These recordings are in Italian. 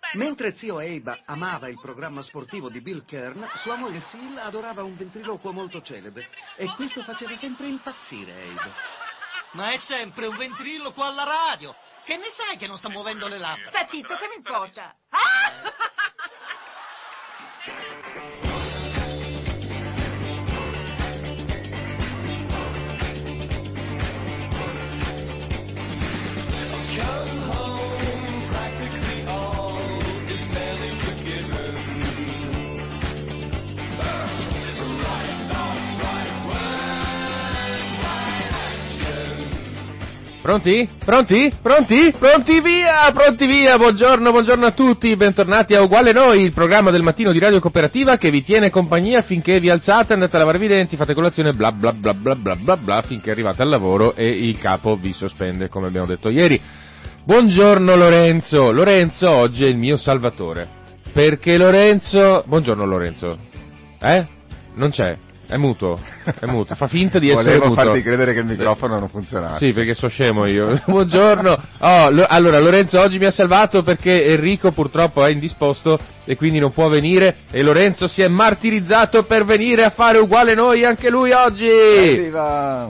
Mentre zio Abe amava il programma sportivo di Bill Kern, sua moglie Sil adorava un ventriloquo molto celebre e questo faceva sempre impazzire Abe. Ma è sempre un ventriloquo alla radio. Che ne sai che non sta muovendo le labbra? Sta zitto, che mi importa? Pronti? Pronti? Pronti? Pronti via! Pronti via! Buongiorno a tutti, bentornati a Uguale Noi, il programma del mattino di Radio Cooperativa che vi tiene compagnia finché vi alzate, andate a lavarvi i denti, fate colazione, bla bla bla bla bla bla bla, finché arrivate al lavoro e il capo vi sospende, come abbiamo detto ieri. Buongiorno Lorenzo! Lorenzo oggi è il mio salvatore, perché Lorenzo... Buongiorno Lorenzo. Non c'è? È muto, fa finta di essere muto. Volevo farti credere che il microfono non funzionasse. Sì, perché so scemo io. Buongiorno. Allora, Lorenzo oggi mi ha salvato perché Enrico purtroppo è indisposto e quindi non può venire e Lorenzo si è martirizzato per venire a fare Uguale Noi anche lui oggi. Evviva!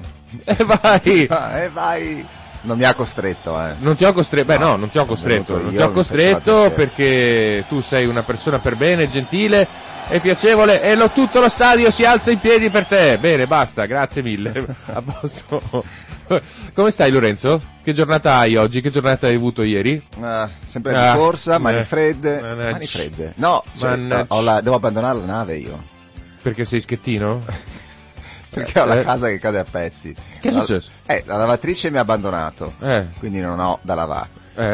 E vai! Non mi ha costretto, Non ti ho costretto, non ti ho costretto perché tu sei una persona per bene, gentile e piacevole e tutto lo stadio si alza in piedi per te. Bene, basta, grazie mille. A posto. Come stai Lorenzo? Che giornata hai oggi? Che giornata hai avuto ieri? Sempre di corsa, mani fredde. No, devo abbandonare la nave io. Perché sei schettino? Perché ho la casa che cade a pezzi. Che è successo? La lavatrice mi ha abbandonato, quindi non ho da lavare.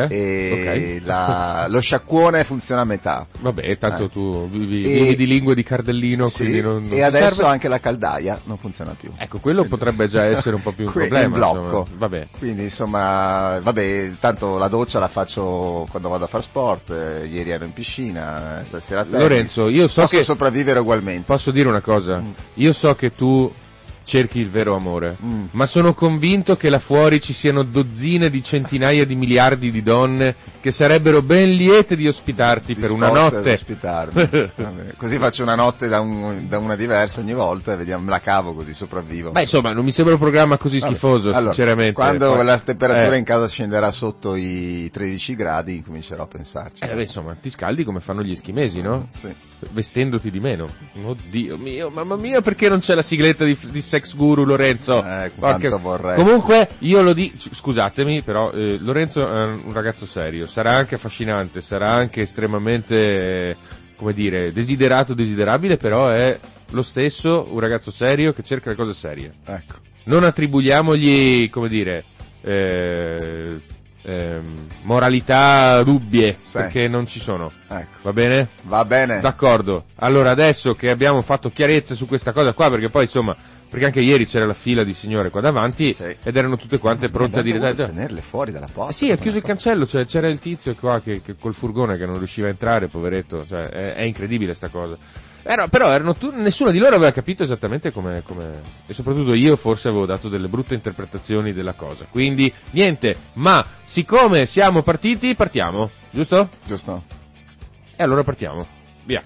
E okay. Lo sciacquone funziona a metà. Vabbè, tanto tu vivi di lingue di cardellino, sì, quindi non e adesso serve. Anche la caldaia non funziona più. Ecco, quello potrebbe già essere un po' più un problema. In blocco. Insomma. Vabbè. Quindi insomma, tanto la doccia la faccio quando vado a far sport, ieri ero in piscina, stasera a tennis. Lorenzo, io so posso che sopravvivere ugualmente. Posso dire una cosa? Io so che tu cerchi il vero amore, ma sono convinto che là fuori ci siano dozzine di centinaia di miliardi di donne che sarebbero ben liete di ospitarti per una notte. Ospitarmi. Così faccio una notte da una diversa ogni volta e vediamo, la cavo così sopravvivo. Beh, insomma, non mi sembra un programma così schifoso, sinceramente. Quando la temperatura in casa scenderà sotto i 13 gradi comincerò a pensarci. Insomma, ti scaldi come fanno gli eschimesi, no? Sì. Vestendoti di meno. Oddio mio, mamma mia, perché non c'è la sigletta di Sex Guru, Lorenzo? Quanto vorrei. Comunque, io lo dico, scusatemi, però Lorenzo è un ragazzo serio, sarà anche affascinante, sarà anche estremamente, come dire, desiderabile, però è lo stesso un ragazzo serio che cerca le cose serie. Ecco. Non attribuiamogli, come dire, moralità dubbie, perché non ci sono. Ecco. Va bene? Va bene. D'accordo. Allora adesso che abbiamo fatto chiarezza su questa cosa qua, perché poi insomma, perché anche ieri c'era la fila di signore qua davanti, sì, ed erano tutte quante pronte a dire tenerle fuori dalla porta. Sì, ha chiuso il cancello, cioè c'era il tizio qua che col furgone che non riusciva a entrare, poveretto, cioè è incredibile sta cosa. Però nessuno di loro aveva capito esattamente come, e soprattutto io forse avevo dato delle brutte interpretazioni della cosa. Quindi niente, ma siccome siamo partiti, partiamo, giusto? Giusto. E allora partiamo. Via.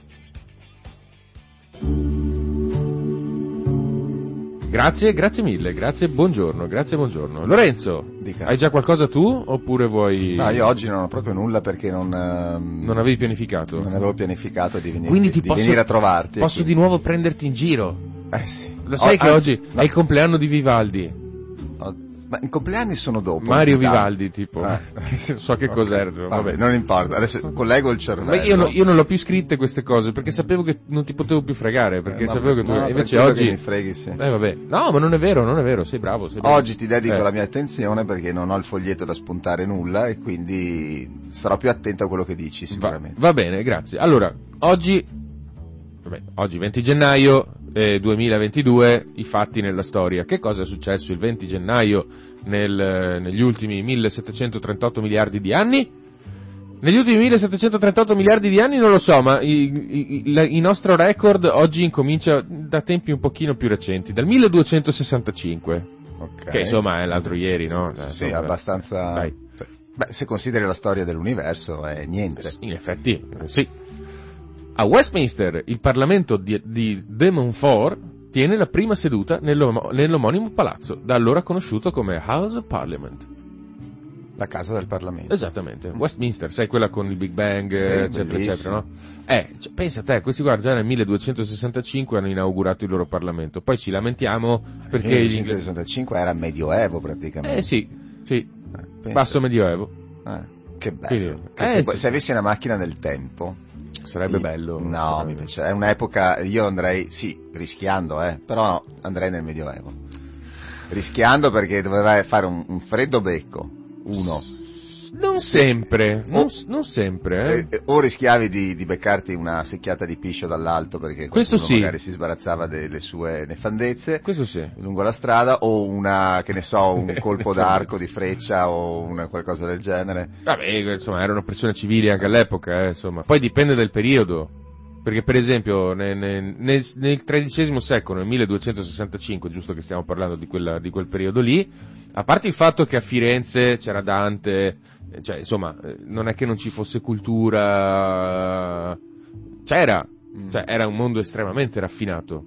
Grazie mille, buongiorno. Lorenzo, dica. Hai già qualcosa tu oppure vuoi... No, io oggi non ho proprio nulla perché non avevi pianificato? Non avevo pianificato di venire, quindi venire a trovarti. Posso di nuovo prenderti in giro? Sì. Lo sai che oggi è il compleanno di Vivaldi? Ma i compleanni sono dopo. Mario Vivaldi, tipo. So che cos'era. Vabbè, non importa. Adesso collego il cervello. Ma io non l'ho più scritte queste cose perché sapevo che non ti potevo più fregare. Perché sapevo che tu. Invece oggi. Che mi freghi, sì. Vabbè. No, ma non è vero. Sei bravo. Oggi ti dedico la mia attenzione perché non ho il foglietto da spuntare nulla e quindi sarò più attento a quello che dici, sicuramente. Va bene, grazie. Allora, oggi 20 gennaio 2022, i fatti nella storia. Che cosa è successo il 20 gennaio negli ultimi 1738 miliardi di anni? Negli ultimi 1738 miliardi di anni non lo so, ma il nostro record oggi incomincia da tempi un pochino più recenti, dal 1265. Okay. Che insomma è l'altro ieri, no? Sì, abbastanza. Dai. Beh, se consideri la storia dell'universo è niente. In effetti, sì. A Westminster il Parlamento di De Montfort tiene la prima seduta nell'omonimo palazzo, da allora conosciuto come House of Parliament. La casa del Parlamento. Esattamente, Westminster, sai, quella con il Big Bang, Sì, eccetera, eccetera, no? Pensa a te, questi qua già nel 1265 hanno inaugurato il loro Parlamento, poi ci lamentiamo perché Il gli inglesi... 1965 era Medioevo praticamente. Sì, Pensa. basso Medioevo. Che bello. Quindi, se avessi una macchina del tempo... Sarebbe bello. No, mi piace. È un'epoca, io andrei, sì, rischiando, però andrei nel Medioevo. Rischiando perché doveva fare un freddo becco. Non sempre, non sempre. O rischiavi di beccarti una secchiata di piscio dall'alto perché qualcuno magari si sbarazzava delle sue nefandezze. Questo sì. Lungo la strada, o un colpo d'arco di freccia o qualcosa del genere. Vabbè, insomma, erano persone civili anche all'epoca, insomma. Poi dipende dal periodo. Perché per esempio nel XIII secolo, nel 1265, giusto che stiamo parlando di quel periodo lì, a parte il fatto che a Firenze c'era Dante, cioè insomma non è che non ci fosse cultura, c'era, cioè era un mondo estremamente raffinato.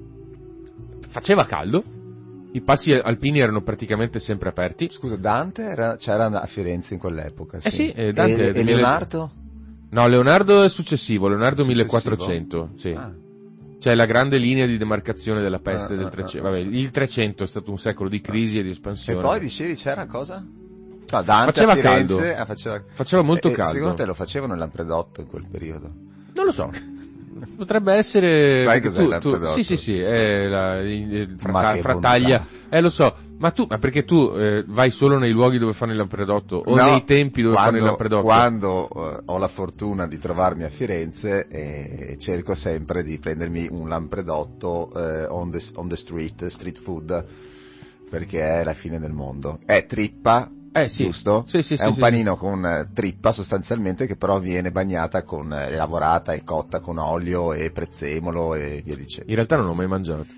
Faceva caldo, i passi alpini erano praticamente sempre aperti. Scusa, Dante c'era a Firenze in quell'epoca? Sì, Dante e Leonardo? No, Leonardo è successivo, Leonardo 1400, sì. C'è la grande linea di demarcazione della peste del 300. Vabbè, il 300 è stato un secolo di crisi e di espansione. E poi dicevi c'era cosa? No, Dante faceva a Firenze, caldo. Faceva molto caldo. Secondo te lo facevano il Lampredotto in quel periodo? Non lo so. Potrebbe essere... Sai cos'è il Lampredotto? Sì, è frattaglia. Lo so, ma perché tu vai solo nei luoghi dove fanno il Lampredotto o nei tempi dove fanno il Lampredotto? Quando ho la fortuna di trovarmi a Firenze cerco sempre di prendermi un Lampredotto on the street food, perché è la fine del mondo. È trippa, sì. Giusto? Sì, è un panino con trippa sostanzialmente, che però viene bagnata lavorata e cotta con olio e prezzemolo e via dicendo. In realtà non ho mai mangiato.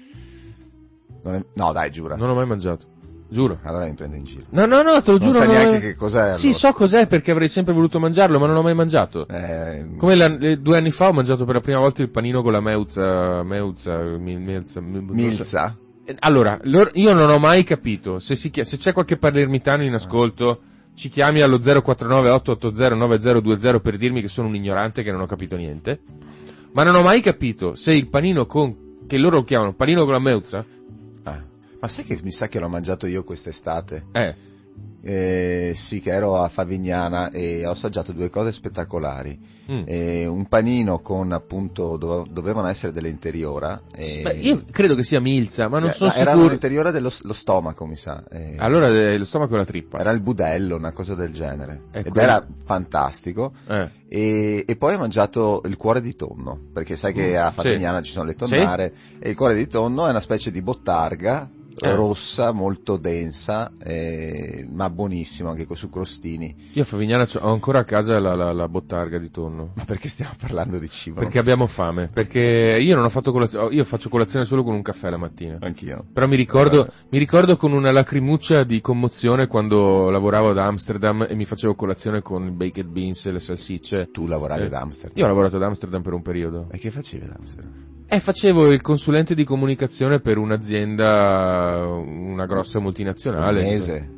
No, dai, giura. Non ho mai mangiato. Giuro. Allora mi prendo in giro. No, te lo giuro. Non sai neanche che cos'è. Allora. Sì, so cos'è perché avrei sempre voluto mangiarlo, ma non ho mai mangiato. Come 2 anni fa ho mangiato per la prima volta il panino con la Milza? Allora, io non ho mai capito, se c'è qualche palermitano in ascolto, ci chiami allo 049 880 9020 per dirmi che sono un ignorante che non ho capito niente, ma non ho mai capito se il panino che loro chiamano panino con la meuzza. Ma sai che mi sa che l'ho mangiato io quest'estate? Sì, che ero a Favignana e ho assaggiato 2 cose spettacolari. Un panino con, appunto, dovevano essere delle interiora. Io credo che sia milza, ma non sono sicuro. Era l'interiora dello stomaco, mi sa. Allora lo stomaco e la trippa. Era il budello, una cosa del genere. Ed era fantastico. E poi ho mangiato il cuore di tonno, perché sai che a Favignana ci sono le tonnare, e il cuore di tonno è una specie di bottarga rossa, molto densa, ma buonissimo, anche su crostini. Io a Favignana ho ancora a casa la bottarga di tonno. Ma perché stiamo parlando di cibo? Perché abbiamo fame, perché io non ho fatto colazione, io faccio colazione solo con un caffè la mattina. Anch'io. Però mi ricordo con una lacrimuccia di commozione quando lavoravo ad Amsterdam e mi facevo colazione con i baked beans e le salsicce. Tu lavoravi ad Amsterdam? Io ho lavorato ad Amsterdam per un periodo. E che facevi ad Amsterdam? Facevo il consulente di comunicazione per un'azienda, una grossa multinazionale. Un mese?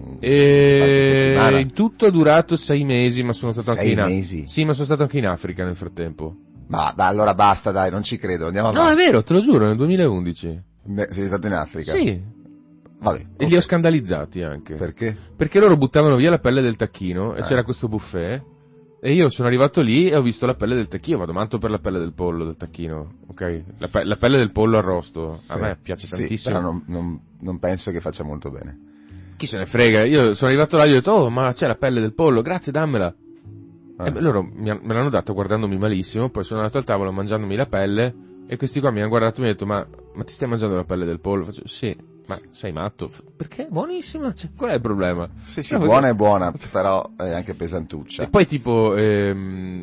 E in tutto è durato 6 mesi, ma sono stato 6 mesi? Sì, ma sono stato anche in Africa nel frattempo. Ma allora basta, dai, non ci credo, andiamo avanti. No, è vero, te lo giuro, nel 2011. Sei stato in Africa? Sì. Vabbè. E li ho scandalizzati anche. Perché? Perché loro buttavano via la pelle del tacchino e c'era questo buffet. E io sono arrivato lì e ho visto la pelle del tacchino, vado manto per la pelle del pollo, del tacchino, ok? La pelle del pollo arrosto, a me piace tantissimo. Però non penso che faccia molto bene. Chi se ne frega, io sono arrivato là e gli ho detto, oh, ma c'è la pelle del pollo, grazie, dammela. E loro me l'hanno dato guardandomi malissimo, poi sono andato al tavolo mangiandomi la pelle, e questi qua mi hanno guardato e mi hanno detto, ma ti stai mangiando la pelle del pollo? Faccio, sì, ma sei matto? Perché? Buonissima, qual è il problema? Sì, buona è buona, però è anche pesantuccia. E poi tipo,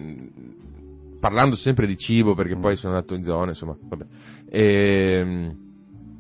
parlando sempre di cibo, perché poi sono andato in zone, insomma, vabbè,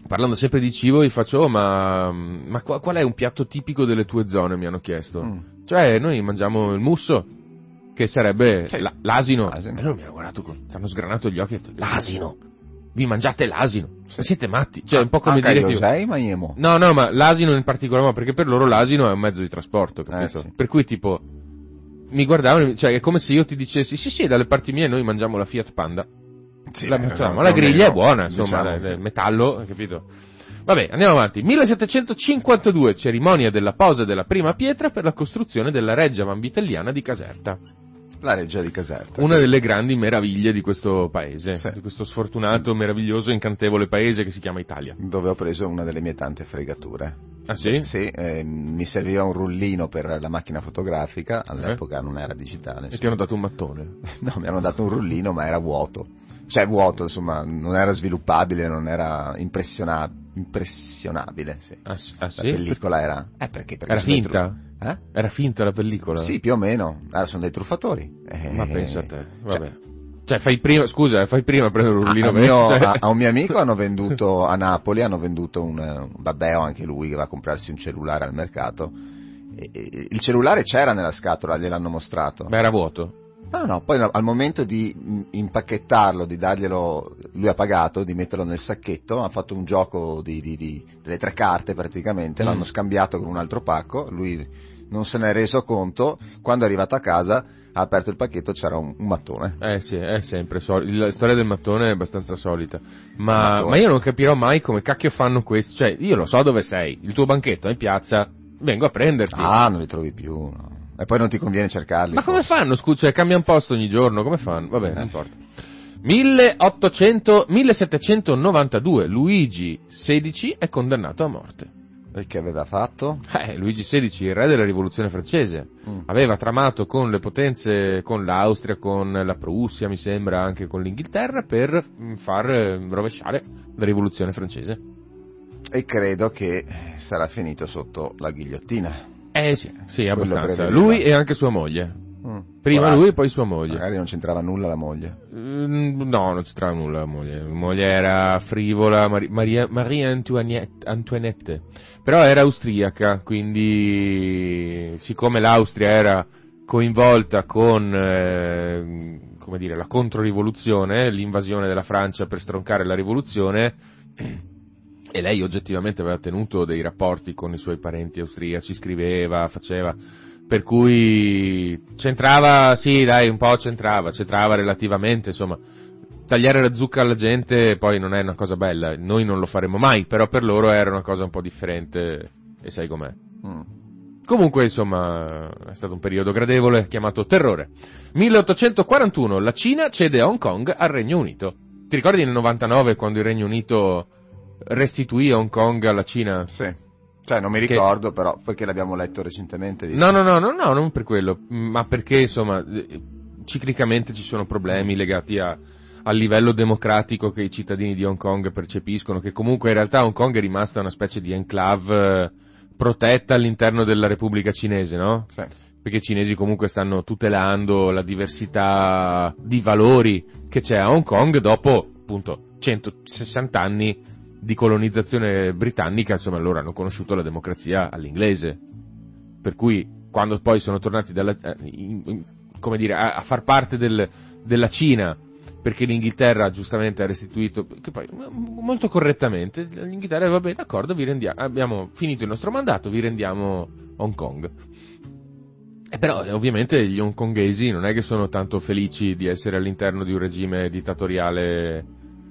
parlando sempre di cibo, gli faccio, ma qual è un piatto tipico delle tue zone, mi hanno chiesto. Cioè, noi mangiamo il musso, che sarebbe l'asino. E loro mi hanno guardato, mi hanno sgranato gli occhi e ho detto, l'asino! Vi mangiate l'asino? Siete matti? Cioè, un po' come dire... No, ma l'asino in particolar modo, perché per loro l'asino è un mezzo di trasporto, capito? Sì. Per cui, tipo, mi guardavano, cioè, è come se io ti dicessi, sì, dalle parti mie noi mangiamo la Fiat Panda. Sì, la griglia è buona, insomma, diciamo, il metallo, capito? Vabbè, andiamo avanti. 1752, cerimonia della posa della prima pietra per la costruzione della Reggia Vanvitelliana di Caserta. La Reggia di Caserta. Una delle grandi meraviglie di questo paese, di questo sfortunato, meraviglioso, incantevole paese che si chiama Italia. Dove ho preso una delle mie tante fregature. Ah sì? Sì, mi serviva un rullino per la macchina fotografica, all'epoca non era digitale. E ti hanno dato un mattone? No, mi hanno dato un rullino, ma era vuoto. Cioè vuoto, insomma, non era sviluppabile, non era impressionabile, sì. Ah, sì? La pellicola era... perché era finta? Era finta la pellicola? Sì, più o meno. Sono dei truffatori. Ma pensa a te, vabbè. Cioè fai prima a prendere un rullino a un mio amico hanno venduto, a Napoli, un babbeo, anche lui, che va a comprarsi un cellulare al mercato. Il cellulare c'era nella scatola, gliel'hanno mostrato. Ma era vuoto? No, poi al momento di impacchettarlo, di darglielo, lui ha pagato, di metterlo nel sacchetto, ha fatto un gioco delle 3 carte praticamente, l'hanno scambiato con un altro pacco, lui non se ne è reso conto, quando è arrivato a casa ha aperto il pacchetto, c'era un mattone. Sì, è sempre la storia del mattone è abbastanza solita, ma io non capirò mai come cacchio fanno questo, cioè io lo so dove sei, il tuo banchetto è in piazza, vengo a prenderti. Non li trovi più, no. E poi non ti conviene cercarli. Ma come fanno, scusa, cioè cambiano posto ogni giorno, come fanno? Vabbè, non importa. 1792, Luigi XVI è condannato a morte. E che aveva fatto? Luigi XVI, il re della rivoluzione francese, aveva tramato con le potenze, con l'Austria, con la Prussia, mi sembra, anche con l'Inghilterra, per far rovesciare la rivoluzione francese. E credo che sarà finito sotto la ghigliottina. Sì, abbastanza. Lui e anche sua moglie. Prima lui e poi sua moglie. Magari non c'entrava nulla la moglie. No, non c'entrava nulla la moglie. La moglie era frivola, Maria Antoinette. Però era austriaca, quindi siccome l'Austria era coinvolta con la controrivoluzione, l'invasione della Francia per stroncare la rivoluzione, e lei oggettivamente aveva tenuto dei rapporti con i suoi parenti austriaci, scriveva, faceva, per cui c'entrava, sì dai, un po' c'entrava relativamente, insomma, tagliare la zucca alla gente poi non è una cosa bella, noi non lo faremo mai, però per loro era una cosa un po' differente, e sai com'è. Comunque, insomma, è stato un periodo gradevole, chiamato terrore. 1841, la Cina cede Hong Kong al Regno Unito. Ti ricordi nel 99 quando il Regno Unito restituì Hong Kong alla Cina? Sì. Cioè, non mi ricordo, però, perché l'abbiamo letto recentemente. No, non per quello, ma perché, insomma, ciclicamente ci sono problemi legati al livello democratico che i cittadini di Hong Kong percepiscono, che comunque in realtà Hong Kong è rimasta una specie di enclave protetta all'interno della Repubblica Cinese, no? Sì. Perché i cinesi comunque stanno tutelando la diversità di valori che c'è a Hong Kong dopo, appunto, 160 anni di colonizzazione britannica, insomma, loro hanno conosciuto la democrazia all'inglese. Per cui, quando poi sono tornati a far parte della Cina, perché l'Inghilterra giustamente ha restituito, che poi molto correttamente l'Inghilterra va bene, d'accordo, vi rendiamo, abbiamo finito il nostro mandato, vi rendiamo Hong Kong. Però ovviamente gli hongkongesi non è che sono tanto felici di essere all'interno di un regime dittatoriale.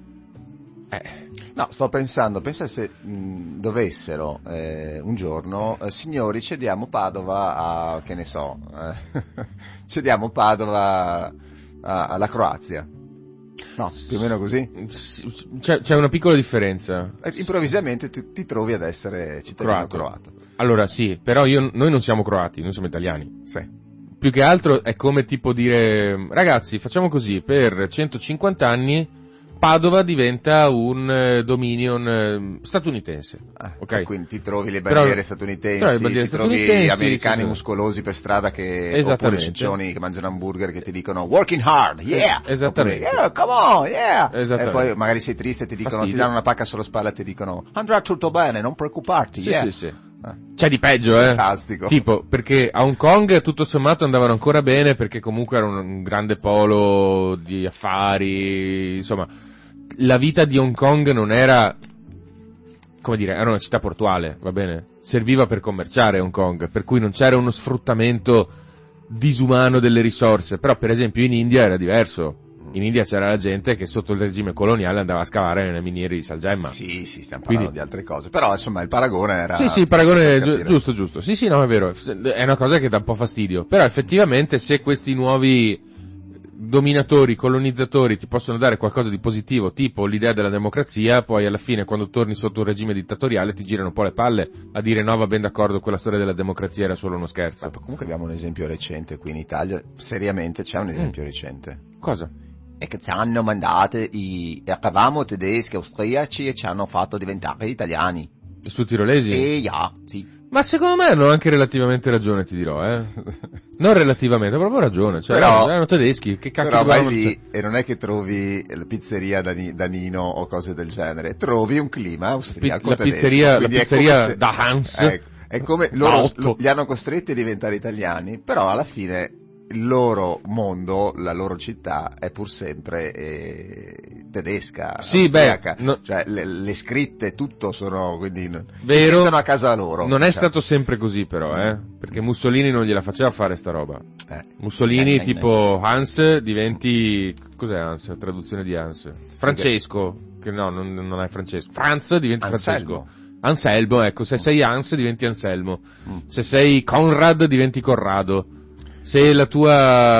No, sto pensando, pensa se dovessero un giorno, signori, cediamo Padova a, che ne so, cediamo Padova alla Croazia. No, più o meno così. C'è una piccola differenza. Improvvisamente ti trovi ad essere cittadino croato. Allora sì, però noi non siamo croati, noi siamo italiani. Sì. Più che altro è come tipo dire, ragazzi, facciamo così, per 150 anni Padova diventa un dominion statunitense. Okay? Quindi ti trovi le bandiere statunitensi, ti trovi americani muscolosi per strada oppure ciccioni che mangiano hamburger che ti dicono working hard, yeah! Esattamente. Oppure, yeah, come on, yeah! E poi magari sei triste e ti dicono, ti danno una pacca sulla spalla e ti dicono andrà tutto bene, non preoccuparti, yeah! Sì. C'è di peggio, Fantastico. Tipo, perché a Hong Kong tutto sommato andavano ancora bene perché comunque era un grande polo di affari, insomma, la vita di Hong Kong non era, come dire, era una città portuale, va bene? Serviva per commerciare Hong Kong, per cui non c'era uno sfruttamento disumano delle risorse, però per esempio in India era diverso. In India c'era la gente che sotto il regime coloniale andava a scavare nelle miniere di salgemma. Sì, stiamo parlando di altre cose, però insomma il paragone era... Sì, il paragone è giusto. Sì, no, è vero, è una cosa che dà un po' fastidio, però effettivamente se questi nuovi dominatori, colonizzatori ti possono dare qualcosa di positivo, tipo l'idea della democrazia, poi alla fine quando torni sotto un regime dittatoriale ti girano un po' le palle a dire no, va ben d'accordo, quella storia della democrazia era solo uno scherzo. Comunque abbiamo un esempio recente qui in Italia, seriamente c'è un esempio recente. Cosa? E che ci hanno mandato eravamo tedeschi, austriaci e ci hanno fatto diventare italiani. I sudtirolesi? Sì. Ma secondo me hanno anche relativamente ragione, ti dirò, Non relativamente, ha proprio ragione, cioè però, erano tedeschi, che cacchio. Però vai lì e non è che trovi la pizzeria da Nino o cose del genere, trovi un clima austriaco tedesco. La pizzeria da Hans. È come loro li hanno costretti a diventare italiani, però alla fine il loro mondo, la loro città è pur sempre tedesca, austriaca. Cioè le scritte, tutto sono, quindi si sentono a casa loro. Non è stato sempre così però, perché Mussolini non gliela faceva fare sta roba. Mussolini tipo Hans diventi, cos'è Hans? La traduzione di Hans? Francesco, che no, non è Francesco. Franz diventi Francesco. Anselmo, ecco, se sei Hans diventi Anselmo. Se sei Conrad diventi Corrado. Se il tuo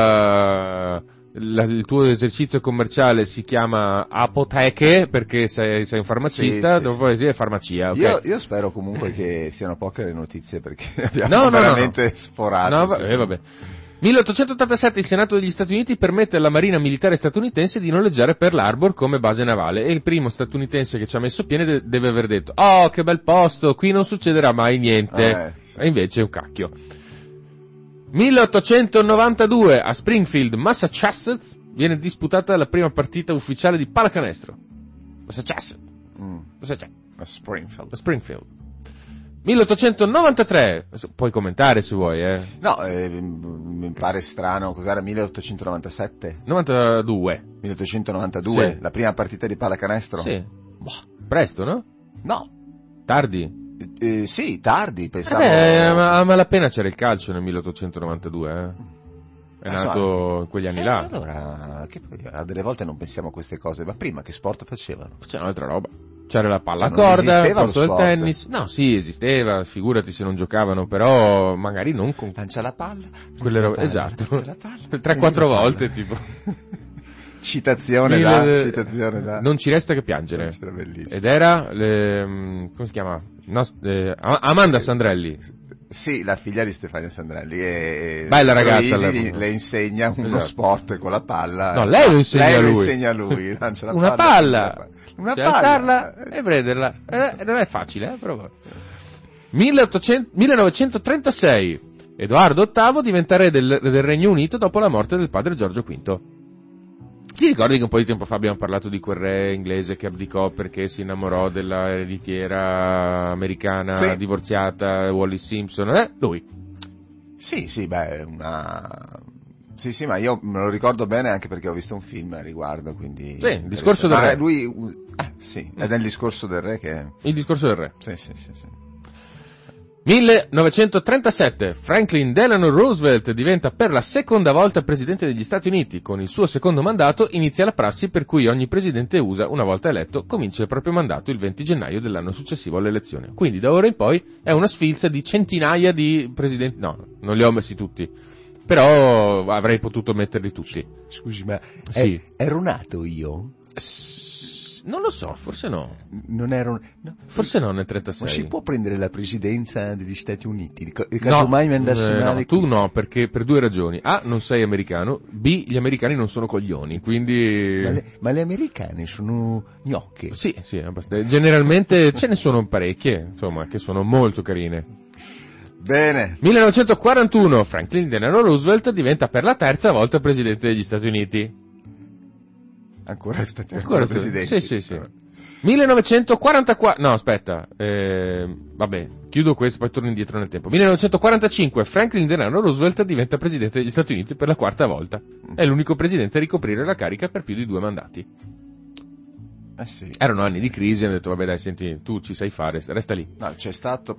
esercizio commerciale si chiama apoteche perché sei un farmacista, dopo è farmacia. Okay? Io spero comunque che siano poche le notizie perché abbiamo veramente sforato. Vabbè. 1887 il Senato degli Stati Uniti permette alla Marina Militare statunitense di noleggiare Pearl Harbor come base navale e il primo statunitense che ci ha messo piede deve aver detto oh che bel posto, qui non succederà mai niente, e invece è un cacchio. 1892 a Springfield, Massachusetts, viene disputata la prima partita ufficiale di pallacanestro. Massachusetts. Cosa c'è? A Springfield. 1893, puoi commentare se vuoi, No, mi pare strano, cos'era, 1897? 92. 1892, sì. La prima partita di pallacanestro? Sì. Presto, no? No. Tardi? Sì, tardi, pensavo. A malapena c'era il calcio nel 1892, È nato in quegli anni là. Allora, a delle volte non pensiamo a queste cose, ma prima che sport facevano? C'era un'altra roba. C'era la palla a corda, il posto del tennis. No, sì, esisteva, figurati se non giocavano, però magari non con... Lancia la palla. Quelle robe, esatto. 3-4 volte, tipo. Citazione là. Non ci resta che piangere. Ed era, come si chiama? Amanda Sandrelli. Sì, la figlia di Stefania Sandrelli. Bella ragazza. Le insegna uno sport con la palla. No, lei lo insegna a lui. Lancia la una palla. Una palla. Alzarla e prenderla. Non è facile, però. 1936. Edoardo VIII diventa re del Regno Unito dopo la morte del padre Giorgio V. Ti ricordi che un po' di tempo fa abbiamo parlato di quel re inglese che abdicò perché si innamorò della ereditiera americana divorziata, Wallis Simpson? Lui. Sì, ma io me lo ricordo bene anche perché ho visto un film a riguardo, quindi... Sì, il discorso del re. Ed è il discorso del re che... Il discorso del re. Sì. 1937, Franklin Delano Roosevelt diventa per la seconda volta presidente degli Stati Uniti. Con il suo secondo mandato inizia la prassi per cui ogni presidente USA, una volta eletto, comincia il proprio mandato il 20 gennaio dell'anno successivo all'elezione. Quindi da ora in poi è una sfilza di centinaia di presidenti. No, non li ho messi tutti. Però avrei potuto metterli tutti. Scusi, ma ero nato io? Non lo so, forse no. Non erano... No. Forse no, nel 36. Ma si può prendere la presidenza degli Stati Uniti? No, tu no, perché per 2 ragioni. A, non sei americano. B, gli americani non sono coglioni, quindi... Ma le americane sono gnocche? Sì, abbastanza. Generalmente ce ne sono parecchie, insomma, che sono molto carine. Bene. 1941, Franklin Delano Roosevelt diventa per la 3ª volta presidente degli Stati Uniti. Ancora presidente. Sì. 1944, no aspetta, vabbè, chiudo questo, poi torno indietro nel tempo. 1945, Franklin Delano Roosevelt diventa presidente degli Stati Uniti per la 4ª volta. È l'unico presidente a ricoprire la carica per più di 2 mandati. Sì. Erano anni di crisi, hanno detto vabbè dai, senti, tu ci sai fare, resta lì. No, c'è stato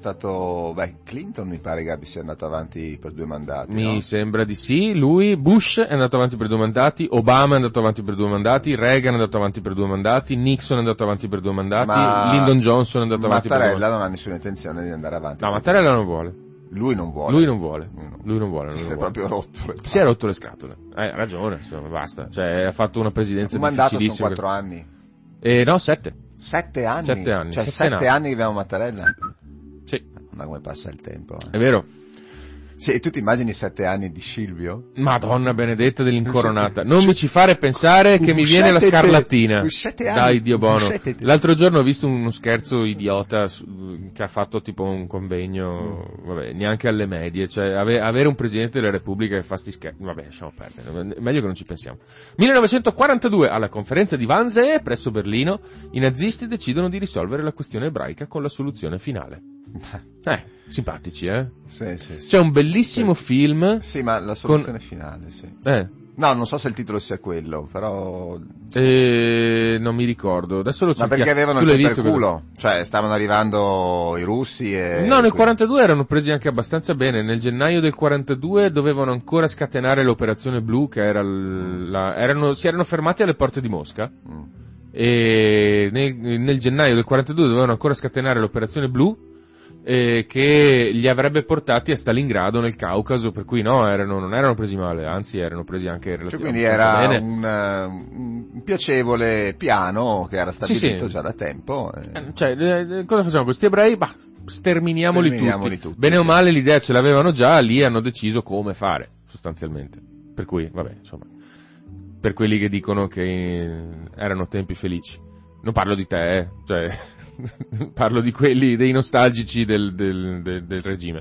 Clinton mi pare che sia andato avanti per 2 mandati. Mi sembra di sì, lui, Bush è andato avanti per 2 mandati, Obama è andato avanti per 2 mandati, Reagan è andato avanti per 2 mandati, Nixon è andato avanti per 2 mandati, Lyndon Johnson è andato avanti per 2 mandati. Mattarella non ha nessuna intenzione di andare avanti. No, Mattarella non vuole. Lui non vuole. Si è proprio rotto. Si è rotto le scatole. Ha ragione, insomma, basta. Cioè, ha fatto una presidenza difficilissima. Un mandato sono 4 anni. No, 7. 7 anni? 7 anni. Cioè 7 anni che abbiamo Mattarella? Sì. Ma come passa il tempo? È vero. Sì, e tu ti immagini 7 anni di Silvio? Madonna benedetta dell'incoronata. Non mi ci fare pensare che mi viene la scarlattina. Dai, Dio buono. L'altro giorno ho visto uno scherzo idiota che ha fatto tipo un convegno, vabbè, neanche alle medie, cioè avere un presidente della Repubblica che fa sti scherzi. Vabbè, lasciamo perdere, meglio che non ci pensiamo. 1942, alla conferenza di Wannsee, presso Berlino, i nazisti decidono di risolvere la questione ebraica con la soluzione finale. Simpatici, eh? Sì. C'è un bellissimo film. Sì, ma la soluzione finale, sì. No, non so se il titolo sia quello, però... non mi ricordo, adesso lo cerchiamo. Ma perché avevano il per culo? Cioè, stavano arrivando i russi e... No, nel 42 erano presi anche abbastanza bene, nel gennaio del 42 dovevano ancora scatenare l'operazione blu, che era si erano fermati alle porte di Mosca, e nel gennaio del 42 dovevano ancora scatenare l'operazione blu, che li avrebbe portati a Stalingrado nel Caucaso, per cui non erano presi male, anzi erano presi anche relativamente bene. Quindi era un piacevole piano che era stabilito già da tempo. Cosa facciamo con questi ebrei? Sterminiamoli tutti. Bene o male l'idea ce l'avevano già, lì hanno deciso come fare, sostanzialmente. Per cui, vabbè, insomma, per quelli che dicono che erano tempi felici. Non parlo di te, parlo di quelli, dei nostalgici del regime.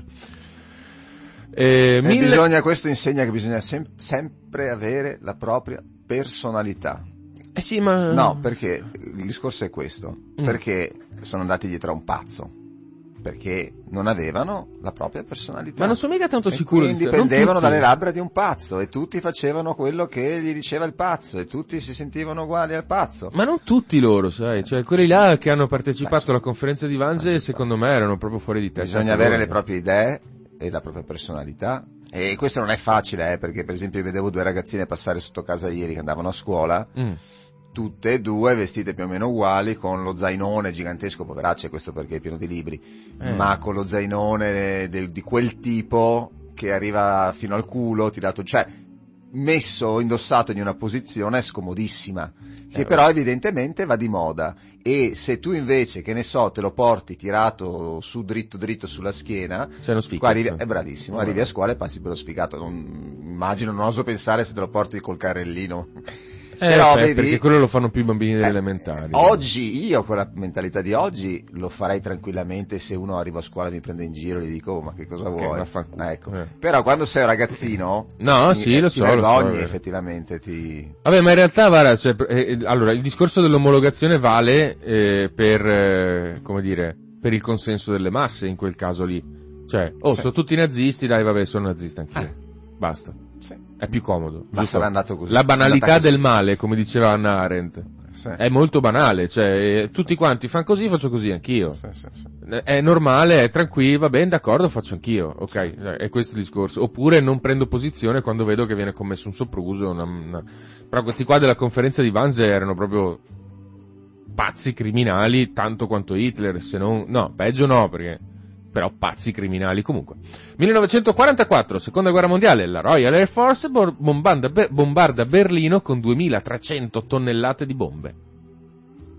Questo insegna che bisogna sempre avere la propria personalità. Sì, ma... No, perché il discorso è questo. Perché sono andati dietro a un pazzo. Perché non avevano la propria personalità. Ma non sono mica tanto sicuro. Quindi dipendevano dalle labbra di un pazzo e tutti facevano quello che gli diceva il pazzo e tutti si sentivano uguali al pazzo. Ma non tutti loro, sai, cioè quelli là che hanno partecipato alla conferenza di Wannsee secondo me erano proprio fuori di testa. Bisogna avere le proprie idee e la propria personalità. E questo non è facile, perché per esempio io vedevo 2 ragazzine passare sotto casa ieri che andavano a scuola. Tutte e 2 vestite più o meno uguali, con lo zainone gigantesco, poveracce, questo perché è pieno di libri, ma con lo zainone di quel tipo che arriva fino al culo, tirato, cioè indossato in una posizione scomodissima, che però evidentemente va di moda. E se tu invece, che ne so, te lo porti tirato su dritto sulla schiena, è bravissimo, arrivi a scuola e passi per lo sfigato. Non oso pensare se te lo porti col carrellino. Però vedi, perché quello lo fanno più i bambini delle elementari. Oggi, io con la mentalità di oggi, lo farei tranquillamente se uno arriva a scuola e mi prende in giro e gli dico, ma che cosa vuoi? Ecco. Però quando sei un ragazzino, ti vergogni, effettivamente Vabbè, ma in realtà, guarda, allora, il discorso dell'omologazione vale per il consenso delle masse in quel caso lì. Cioè, sono tutti nazisti, dai, vabbè, sono nazista anch'io. Basta. È più comodo. Ma sarà andato così. La banalità del male, come diceva Hannah Arendt, è molto banale, cioè tutti quanti fanno così, faccio così anch'io. È normale, è tranquillo, va bene, d'accordo, faccio anch'io, ok, è questo il discorso. Oppure non prendo posizione quando vedo che viene commesso un sopruso, però questi qua della conferenza di Wannsee erano proprio pazzi criminali, tanto quanto Hitler, se non, no, peggio no, perché... però pazzi criminali comunque. 1944, seconda guerra mondiale, la Royal Air Force bombarda Berlino con 2300 tonnellate di bombe.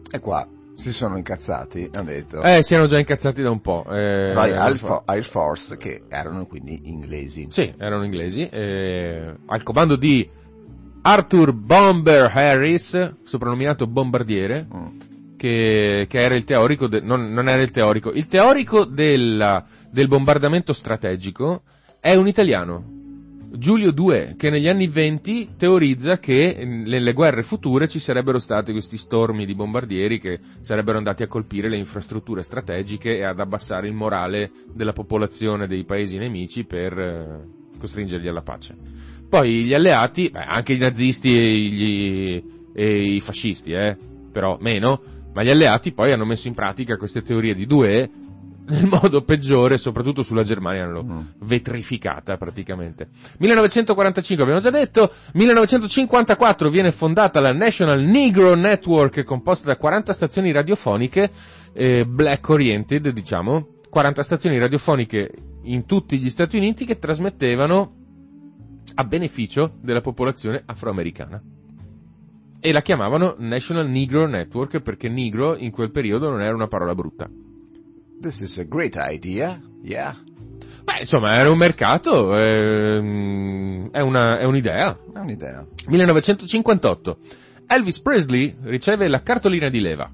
E qua si sono incazzati, hanno detto. Si erano già incazzati da un po'. Royal Air Force, che erano quindi inglesi. Sì, erano inglesi. Al comando di Arthur Bomber Harris, soprannominato Bombardiere, che era il teorico, non era il teorico. Il teorico del bombardamento strategico è un italiano, Giulio Douhet, che negli anni 20 teorizza che nelle guerre future ci sarebbero stati questi stormi di bombardieri che sarebbero andati a colpire le infrastrutture strategiche e ad abbassare il morale della popolazione dei paesi nemici per costringerli alla pace. Poi gli alleati, anche i nazisti e i fascisti, però meno, ma gli alleati poi hanno messo in pratica queste teorie di Douhet nel modo peggiore, soprattutto sulla Germania, l'hanno vetrificata praticamente. 1945 abbiamo già detto, 1954 viene fondata la National Negro Network, composta da 40 stazioni radiofoniche, black oriented, diciamo, 40 stazioni radiofoniche in tutti gli Stati Uniti che trasmettevano a beneficio della popolazione afroamericana. E la chiamavano National Negro Network perché negro in quel periodo non era una parola brutta. This is a great idea, yeah. Insomma, era un mercato, è un'idea. È un'idea. 1958. Elvis Presley riceve la cartolina di leva.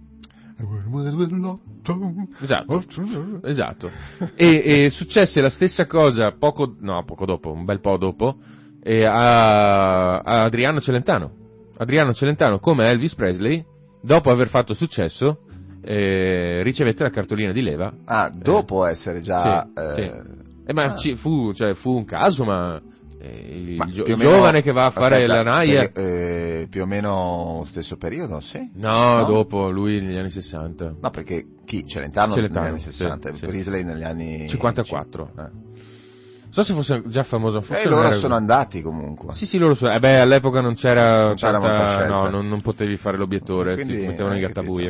Esatto. E successe la stessa cosa poco dopo, un bel po' dopo, a Adriano Celentano. Adriano Celentano, come Elvis Presley, dopo aver fatto successo, ricevette la cartolina di leva. Dopo essere già... fu un caso, ma il giovane che va a fare la naia... più o meno stesso periodo, sì? No, dopo, lui negli anni 60. No, perché chi? Celentano negli anni 60, Presley negli anni... 54. Non so se fosse già famoso. Loro sono andati comunque. Sì, loro sono... all'epoca non c'era molta scelta. No, non potevi fare l'obiettore, quindi, ti mettevano in gattabuia.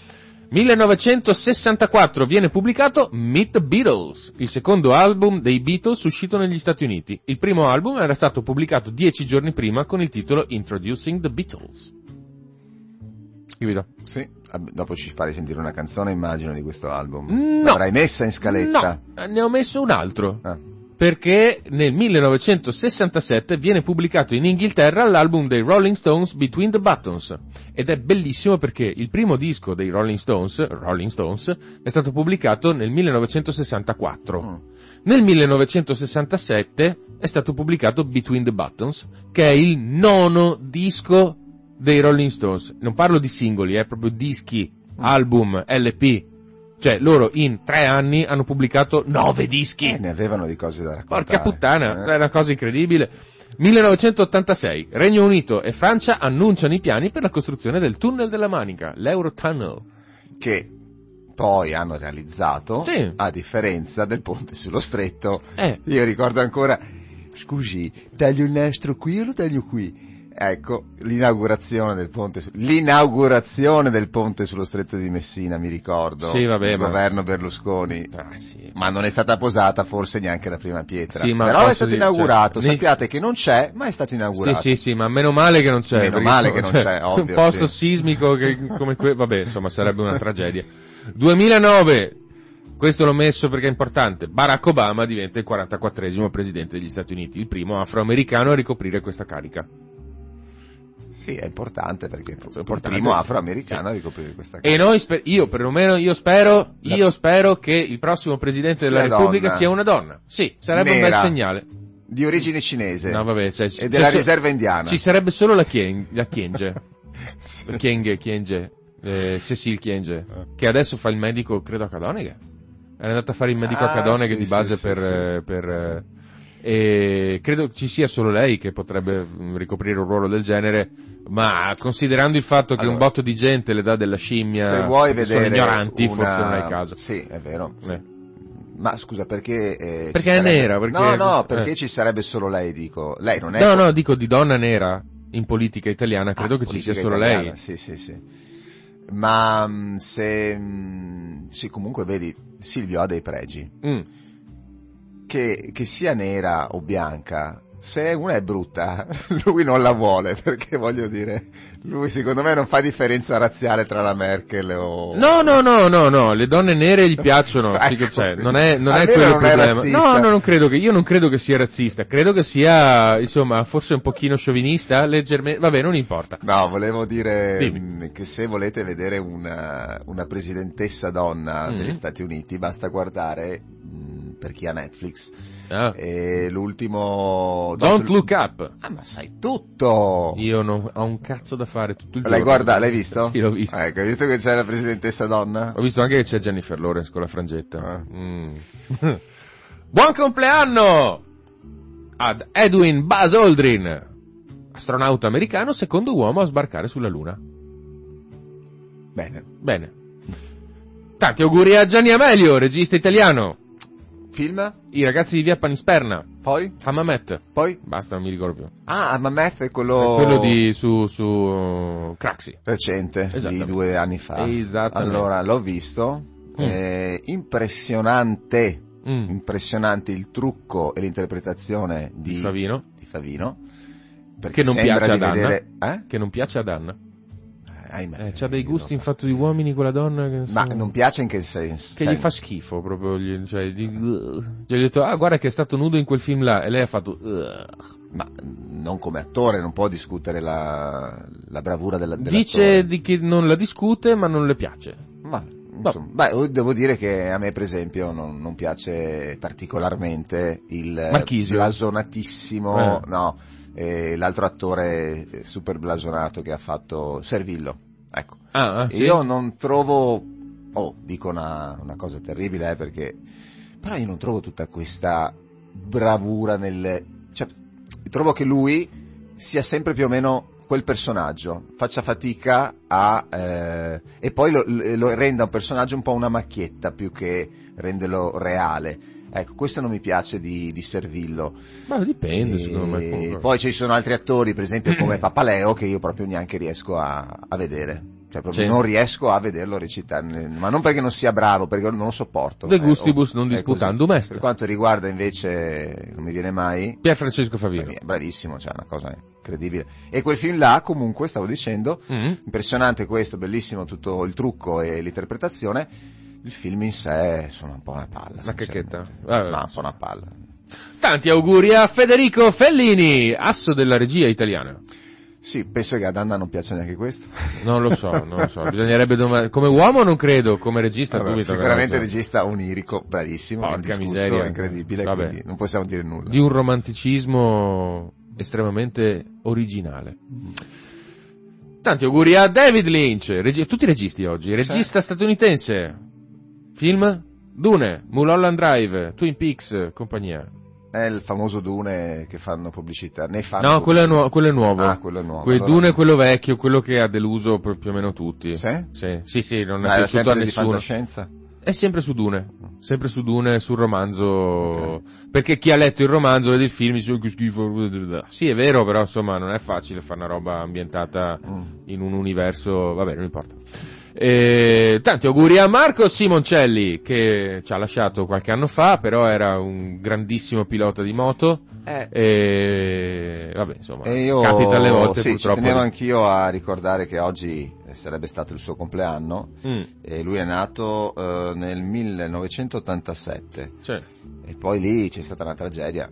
1964 viene pubblicato Meet the Beatles, il secondo album dei Beatles uscito negli Stati Uniti. Il primo album era stato pubblicato 10 giorni prima con il titolo Introducing the Beatles. Sì, dopo ci farai sentire una canzone, immagino, di questo album. No. L'avrai messa in scaletta? No, ne ho messo un altro. Perché nel 1967 viene pubblicato in Inghilterra l'album dei Rolling Stones Between the Buttons, ed è bellissimo perché il primo disco dei Rolling Stones, è stato pubblicato nel 1964. Nel 1967 è stato pubblicato Between the Buttons, che è il nono disco dei Rolling Stones. Non parlo di singoli, proprio dischi, album, LP. Cioè, loro in 3 anni hanno pubblicato 9 dischi. Ne avevano di cose da raccontare. Porca puttana, è una cosa incredibile. 1986, Regno Unito e Francia annunciano i piani per la costruzione del tunnel della Manica, l'Eurotunnel. Che poi hanno realizzato, a differenza del ponte sullo stretto. Io ricordo ancora, scusi, taglio il nastro qui o lo taglio qui? Ecco, l'inaugurazione del ponte sullo stretto di Messina, mi ricordo. Sì, vabbè, il governo Berlusconi. Ma non è stata posata forse neanche la prima pietra. Però è stato inaugurato, sappiate che non c'è, ma è stato inaugurato. Sì, ma meno male che non c'è. Meno male che non c'è, ovvio. Un posto sismico come vabbè, insomma, sarebbe una tragedia. 2009. Questo l'ho messo perché è importante. Barack Obama diventa il 44esimo presidente degli Stati Uniti, il primo afroamericano a ricoprire questa carica. Sì, è importante perché è il primo afroamericano a ricoprire questa cosa. E noi io spero che il prossimo presidente della Repubblica sia una donna. Sì, sarebbe un bel segnale. Di origine cinese. No, vabbè, e della riserva indiana. Ci sarebbe solo la Kyenge. Kyenge. Cecil Kyenge, che adesso fa il medico, credo, a Cadoneghe. È andato a fare il medico a Cadoneghe di base per e credo ci sia solo lei che potrebbe ricoprire un ruolo del genere, ma considerando il fatto che un botto di gente le dà della scimmia, se vuoi vedere sono ignoranti, forse non è il caso. Sì, è vero. Ma scusa, perché è nera? Perché ci sarebbe solo lei, dico. Lei non è... No, dico di donna nera in politica italiana, credo che ci sia solo italiana, lei. Sì. Ma se comunque vedi, Silvio ha dei pregi. Che sia nera o bianca, se una è brutta, lui non la vuole, perché voglio dire, lui secondo me non fa differenza razziale tra la Merkel o... No, le donne nere gli piacciono, ecco, sì che c'è, non è quello il problema. No, io non credo che sia razzista, credo che sia, insomma, forse un pochino sciovinista, leggermente, vabbè, non importa. No, volevo dire che se volete vedere una presidentessa donna degli Stati Uniti, basta guardare, per chi ha Netflix, l'ultimo Don't Look Up. Ah, ma sai tutto. Io non ho un cazzo da fare tutto il giorno. L'hai visto? Sì, l'ho visto. Ecco, hai visto che c'è la presidentessa donna? Ho visto anche che c'è Jennifer Lawrence con la frangetta. Buon compleanno ad Edwin Buzz Aldrin, astronauta americano, secondo uomo a sbarcare sulla Luna. Bene. Tanti auguri a Gianni Amelio, regista italiano. Film? I ragazzi di via Panisperna. Poi? Hammamet. Poi? Basta, non mi ricordo più. Ah, Hammamet è quello... Quello di su Craxi. Recente, di 2 anni fa. Esattamente. Allora, l'ho visto. Impressionante il trucco e l'interpretazione di Favino. Che non piace ad Anna. Che non piace ad Anna. C'ha dei gusti in fatto di uomini quella donna che ma non piace in che senso? Che gli fa schifo proprio, gli ho detto guarda che è stato nudo in quel film là, e lei ha fatto ma non come attore, non può discutere la bravura dell'attore. Dice che non la discute, ma non le piace. Ma insomma, devo dire che a me per esempio non piace particolarmente il Marchisio. Blasonatissimo l'altro attore super blasonato che ha fatto Servillo, ecco. Sì? Io non trovo, dico una cosa terribile, perché però io non trovo tutta questa bravura cioè, trovo che lui sia sempre più o meno quel personaggio, faccia fatica e poi lo renda un personaggio un po' una macchietta più che renderlo reale. Ecco, questo non mi piace di Servillo. Ma dipende, secondo me. Poi ci sono altri attori, per esempio come Papaleo, che io proprio neanche riesco a vedere. Cioè proprio non riesco a vederlo recitare, ma non perché non sia bravo, perché non lo sopporto. De gustibus non disputandum est. Per quanto riguarda invece, non mi viene mai, Pier Francesco Favino. Bravissimo, cioè una cosa incredibile. E quel film là, comunque, stavo dicendo, impressionante questo, bellissimo tutto il trucco e l'interpretazione. Il film in sé sono un po' una palla. Una cacchetta? No, un po' una palla. Tanti auguri a Federico Fellini, asso della regia italiana. Sì, penso che ad Anna non piaccia neanche questo. Non lo so. Bisognerebbe come uomo non credo, come regista sicuramente regista onirico, bravissimo, porca miseria, incredibile, quindi non possiamo dire nulla. Di un romanticismo estremamente originale. Tanti auguri a David Lynch, tutti registi oggi, regista statunitense. Film? Dune, Mulholland Drive, Twin Peaks, compagnia. È il famoso Dune che fanno pubblicità. No, quello è nuovo. Quello è nuovo. Allora... Dune è quello vecchio, quello che ha deluso più o meno tutti. Sì? Sì, non è piaciuto a nessuno. Di fantascienza? È sempre su Dune, sul romanzo, okay. Perché chi ha letto il romanzo vede il film e dice che schifo. Sì, è vero, però insomma non è facile fare una roba ambientata in un universo, vabbè, non importa. Tanti auguri a Marco Simoncelli, che ci ha lasciato qualche anno fa, però era un grandissimo pilota di moto. Vabbè, insomma, capita alle volte, purtroppo. Ci tenevo anch'io a ricordare che oggi sarebbe stato il suo compleanno, e lui è nato nel 1987, e poi lì c'è stata una tragedia.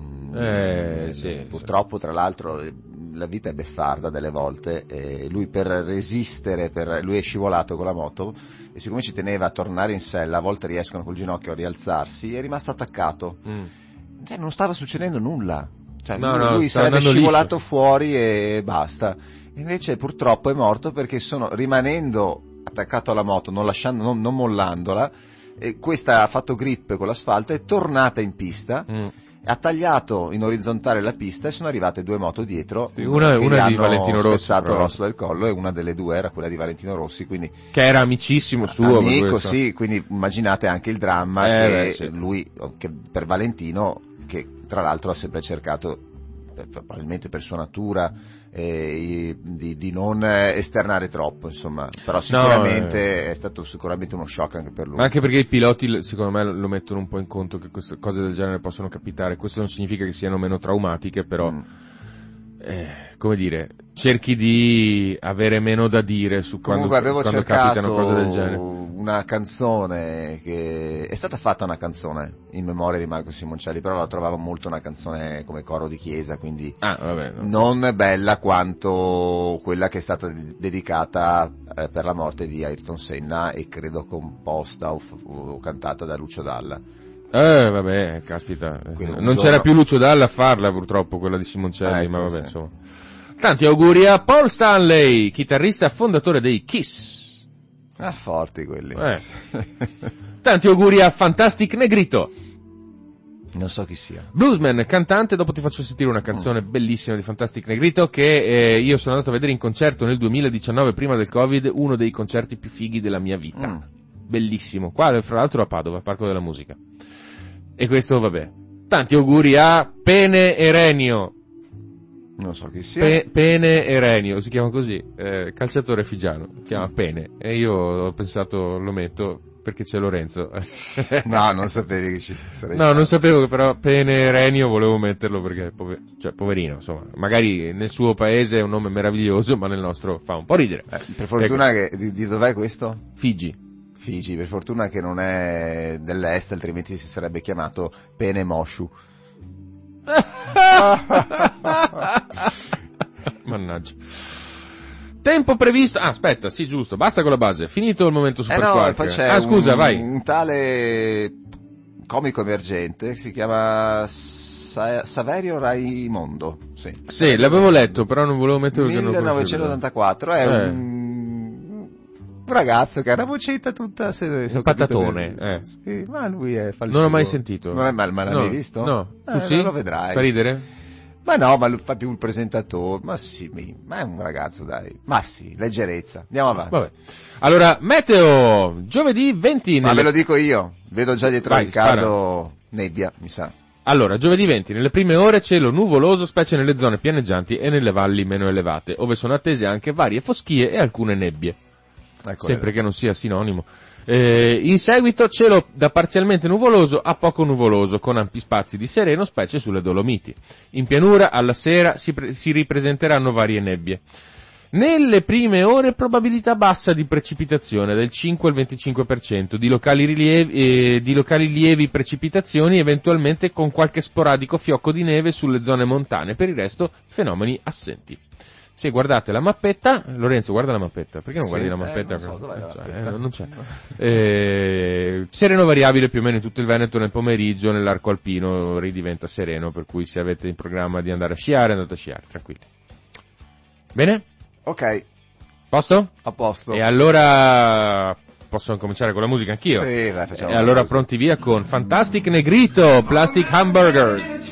Purtroppo, tra l'altro, la vita è beffarda delle volte, e lui per resistere, lui è scivolato con la moto, e siccome ci teneva a tornare in sella, a volte riescono col ginocchio a rialzarsi, è rimasto attaccato. Cioè, non stava succedendo nulla, cioè, lui sarebbe scivolato fuori e basta. Invece purtroppo è morto perché rimanendo attaccato alla moto, non mollandola, e questa ha fatto grip con l'asfalto, è tornata in pista, ha tagliato in orizzontale la pista e sono arrivate 2 moto dietro, una di Valentino Rossi, spezzato l'osso del collo, e una delle 2 era quella di Valentino Rossi, quindi che era amicissimo suo, amico, sì, quindi immaginate anche il dramma lui, che per Valentino, che tra l'altro ha sempre cercato probabilmente per sua natura, di non esternare troppo, insomma, però sicuramente è stato sicuramente uno shock anche per lui. Ma anche perché i piloti secondo me lo mettono un po' in conto che queste cose del genere possono capitare. Questo non significa che siano meno traumatiche, però come dire, cerchi di avere meno da dire su quando capitano cose del genere. Una canzone che è stata fatta, una canzone in memoria di Marco Simoncelli, però la trovavo molto una canzone come coro di chiesa, quindi non bella quanto quella che è stata dedicata per la morte di Ayrton Senna, e credo composta o cantata da Lucio Dalla. Vabbè, caspita, non c'era più Lucio Dalla a farla purtroppo, quella di Simoncelli, ma vabbè, insomma. Tanti auguri a Paul Stanley, chitarrista fondatore dei Kiss. Forti quelli. Tanti auguri a Fantastic Negrito. Non so chi sia. Bluesman, cantante. Dopo ti faccio sentire una canzone bellissima di Fantastic Negrito che io sono andato a vedere in concerto nel 2019, prima del Covid, uno dei concerti più fighi della mia vita. Bellissimo. Qua, fra l'altro, a Padova, Parco della Musica. E questo, vabbè. Tanti auguri a Pene Erenio. Non so chi sia. Pene Erenio, si chiama così, calciatore figiano, si chiama Pene, e io ho pensato lo metto perché c'è Lorenzo. No, non sapevi che ci sarebbe. No, non sapevo, però Pene Erenio volevo metterlo perché, poverino, insomma, magari nel suo paese è un nome meraviglioso, ma nel nostro fa un po' ridere. Per fortuna che, di dov'è questo? Figi, per fortuna che non è dell'est, altrimenti si sarebbe chiamato Pene Moshu. Mannaggia. Tempo previsto. Aspetta, sì, giusto, basta con la base. Finito il momento Super Quark. Poi c'è scusa, vai. Un tale comico emergente, si chiama Saverio Raimondo. Sì, l'avevo letto, però non volevo metterlo. 1984, è un ragazzo che ha una vocetta tutta un patatone. Sì, ma lui fa il non ho mai sentito. Ma l'avevi visto? No. Tu sì? Lo vedrai. Fa ridere? Ma no, ma fa più il presentatore. Ma sì, ma è un ragazzo, dai. Ma sì, leggerezza. Andiamo avanti. Vabbè. Allora, meteo, giovedì 20. Ma ve lo dico io. Vedo già dietro Riccardo nebbia, mi sa. Allora, giovedì 20, nelle prime ore cielo nuvoloso, specie nelle zone pianeggianti e nelle valli meno elevate, ove sono attese anche varie foschie e alcune nebbie. Sempre che non sia sinonimo. In seguito cielo da parzialmente nuvoloso a poco nuvoloso, con ampi spazi di sereno, specie sulle Dolomiti. In pianura alla sera si ripresenteranno varie nebbie. Nelle prime ore probabilità bassa di precipitazione del 5 al 25%, di locali lievi precipitazioni, eventualmente con qualche sporadico fiocco di neve sulle zone montane, per il resto fenomeni assenti. Sì, guardate la mappetta. Lorenzo, guarda la mappetta. Perché non guardi la mappetta? Non so, dov'è la mappetta? Non c'è. Sereno variabile più o meno in tutto il Veneto nel pomeriggio, nell'arco alpino ridiventa sereno, per cui se avete in programma di andare a sciare, andate a sciare, tranquilli. Bene? Ok. Posto? A posto. E allora posso cominciare con la musica anch'io? Sì, dai, facciamo. E allora pronti via con Fantastic Negrito, Plastic Hamburgers.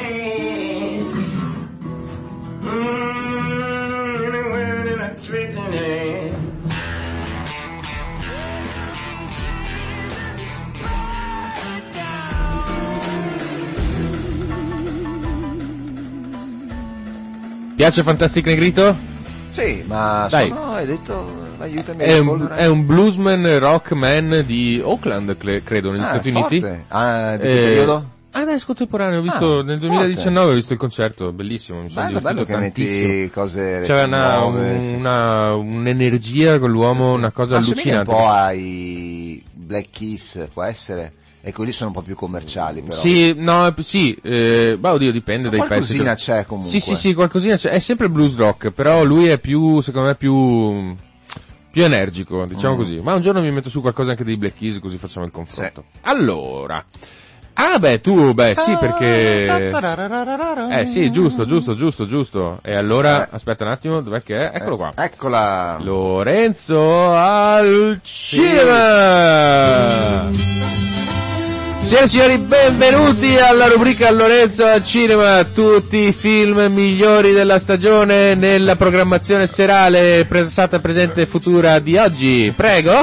Piace Fantastic Negrito? Sì, ma dai. No, hai detto, aiutami è un bluesman rockman di Oakland, credo, negli Stati Uniti. Di che periodo? Dai, contemporaneo, ho visto nel 2019 ho visto il concerto, bellissimo, mi sono divertito che metti cose c'è un'energia con l'uomo, una cosa allucinante. Un po' ai Black Keys, può essere? E quelli sono un po' più commerciali, però. Sì, oddio, dipende dai pezzi. Qualcosina c'è comunque. Sì, qualcosina c'è. È sempre blues rock, però lui è più, secondo me, più energico, diciamo così. Ma un giorno mi metto su qualcosa anche dei Black Keys, così facciamo il confronto. Sì. Allora. Sì, perché. Sì, giusto. E allora, aspetta un attimo, dov'è che è? Eccolo qua. Eccola. Lorenzo al cinema! Signore e signori, benvenuti alla rubrica Lorenzo al cinema, tutti i film migliori della stagione nella programmazione serale, passata, presente e futura di oggi. Prego.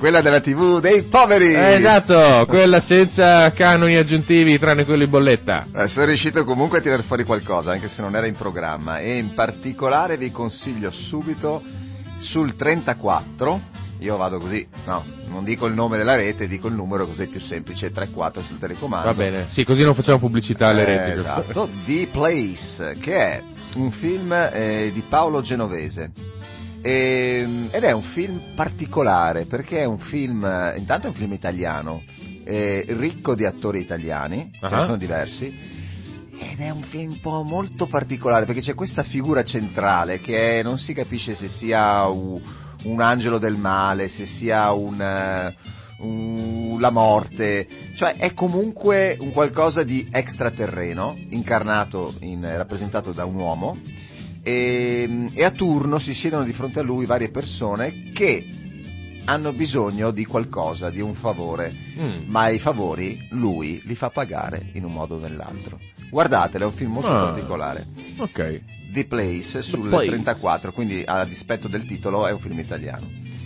Quella della TV dei poveri! Esatto, quella senza canoni aggiuntivi tranne quello in bolletta. Sono riuscito comunque a tirare fuori qualcosa, anche se non era in programma, e in particolare vi consiglio subito sul 34, io vado così, no, non dico il nome della rete, dico il numero, così è più semplice, 34 sul telecomando. Va bene, sì, così non facciamo pubblicità alle reti. Esatto, The Place, che è un film di Paolo Genovese. Ed è un film particolare perché è un film, intanto è un film italiano, ricco di attori italiani, ce ne sono diversi, ed è un film un po' molto particolare perché c'è questa figura centrale che non si capisce se sia un angelo del male, se sia la morte, cioè è comunque un qualcosa di extraterreno, rappresentato da un uomo. E a turno si siedono di fronte a lui varie persone che hanno bisogno di qualcosa, di un favore, ma i favori lui li fa pagare in un modo o nell'altro. Guardatelo, è un film molto particolare. Ok. The Place sul 34, quindi a dispetto del titolo è un film italiano.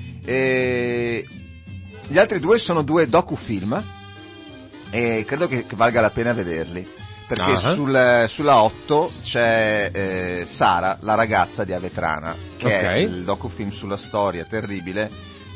Gli altri due sono due docufilm e credo che valga la pena vederli. Perché sulla 8 c'è Sara, la ragazza di Avetrana, che è il docufilm sulla storia terribile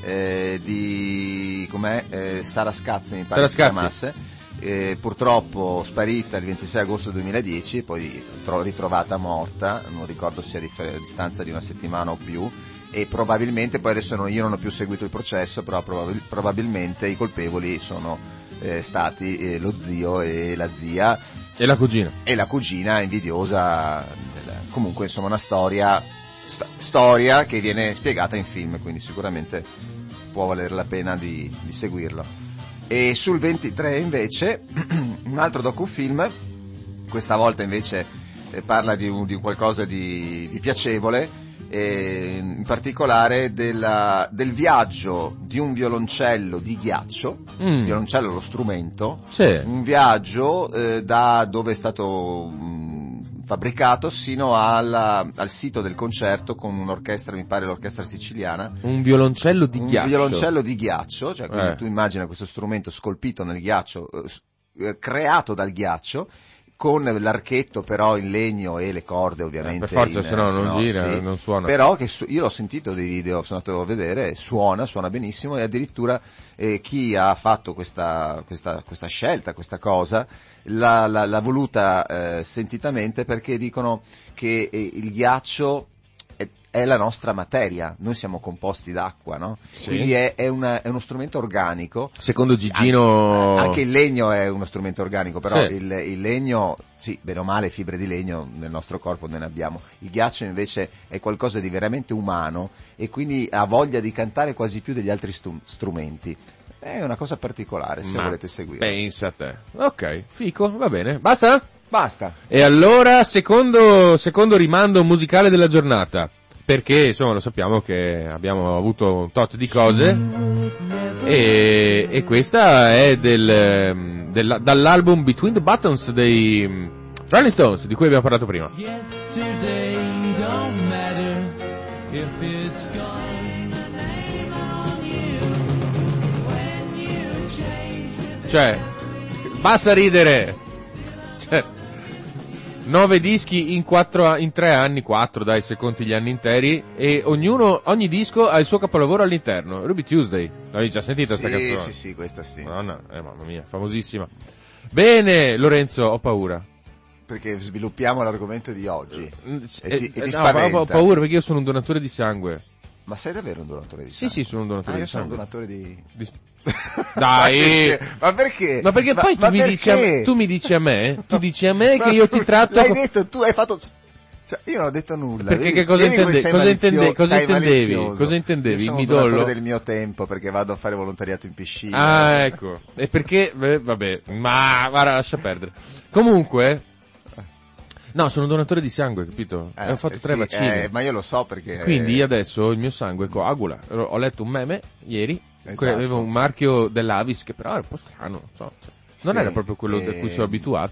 di Sara Scazzi, mi pare si chiamasse, purtroppo sparita il 26 agosto 2010, poi ritrovata morta, non ricordo se a distanza di una settimana o più, e probabilmente, poi adesso io non ho più seguito il processo, però probabilmente i colpevoli sono stati lo zio e la zia e la cugina invidiosa comunque insomma una storia che viene spiegata in film, quindi sicuramente può valere la pena di seguirlo. E sul 23 invece un altro docufilm, questa volta invece parla di qualcosa di piacevole, in particolare del viaggio di un violoncello di ghiaccio, violoncello lo strumento, un viaggio da dove è stato fabbricato sino al sito del concerto con un'orchestra, mi pare l'orchestra siciliana. Un violoncello di ghiaccio. Un violoncello di ghiaccio, cioè quindi tu immagina questo strumento scolpito nel ghiaccio, creato dal ghiaccio, con l'archetto però in legno e le corde ovviamente. Per forza, se no non gira, sì. Non suona. Però io l'ho sentito dei video, sono andato a vedere, suona benissimo, e addirittura chi ha fatto questa scelta, questa cosa, l'ha voluta sentitamente, perché dicono che il ghiaccio è la nostra materia, noi siamo composti d'acqua, no? Sì. Quindi è uno strumento organico. Secondo Gigino... Anche il legno è uno strumento organico, però sì. Il legno, sì, bene o male, fibre di legno nel nostro corpo ne abbiamo. Il ghiaccio invece è qualcosa di veramente umano e quindi ha voglia di cantare quasi più degli altri strumenti. È una cosa particolare, se volete seguire. Pensa a te. Ok, fico, va bene. Basta? Basta. E allora, secondo rimando musicale della giornata. Perché insomma lo sappiamo che abbiamo avuto un tot di cose e questa è dall'album Between the Buttons dei Rolling Stones, di cui abbiamo parlato prima. Cioè, basta ridere. Cioè, 9 dischi in 3 anni, 4 dai, se conti gli anni interi, e ogni disco ha il suo capolavoro all'interno. Ruby Tuesday, l'avevi già sentita questa canzone? Sì, questa sì. Madonna, mamma mia, famosissima. Bene, Lorenzo, ho paura. Perché sviluppiamo l'argomento di oggi e ti spaventa. Ho paura perché io sono un donatore di sangue. Ma sei davvero un donatore di sangue? Sì, sono un donatore di sangue. Io sono un donatore di... Dai! Ma perché? Ma perché poi tu mi dici a me che io ti tratto... L'hai detto, tu hai fatto... Cioè, io non ho detto nulla. Perché che cosa intendevi? Cosa intendevi? Io sono un donatore del mio tempo perché vado a fare volontariato in piscina. Ah, ecco. E perché... vabbè, ma guarda, lascia perdere. Comunque... No, sono un donatore di sangue, capito? Ho fatto 3 vaccini. Ma io lo so perché... Quindi adesso il mio sangue coagula. Ho letto un meme ieri, avevo un marchio dell'Avis che però era un po' strano, non so. Non era proprio quello da cui sono abituato.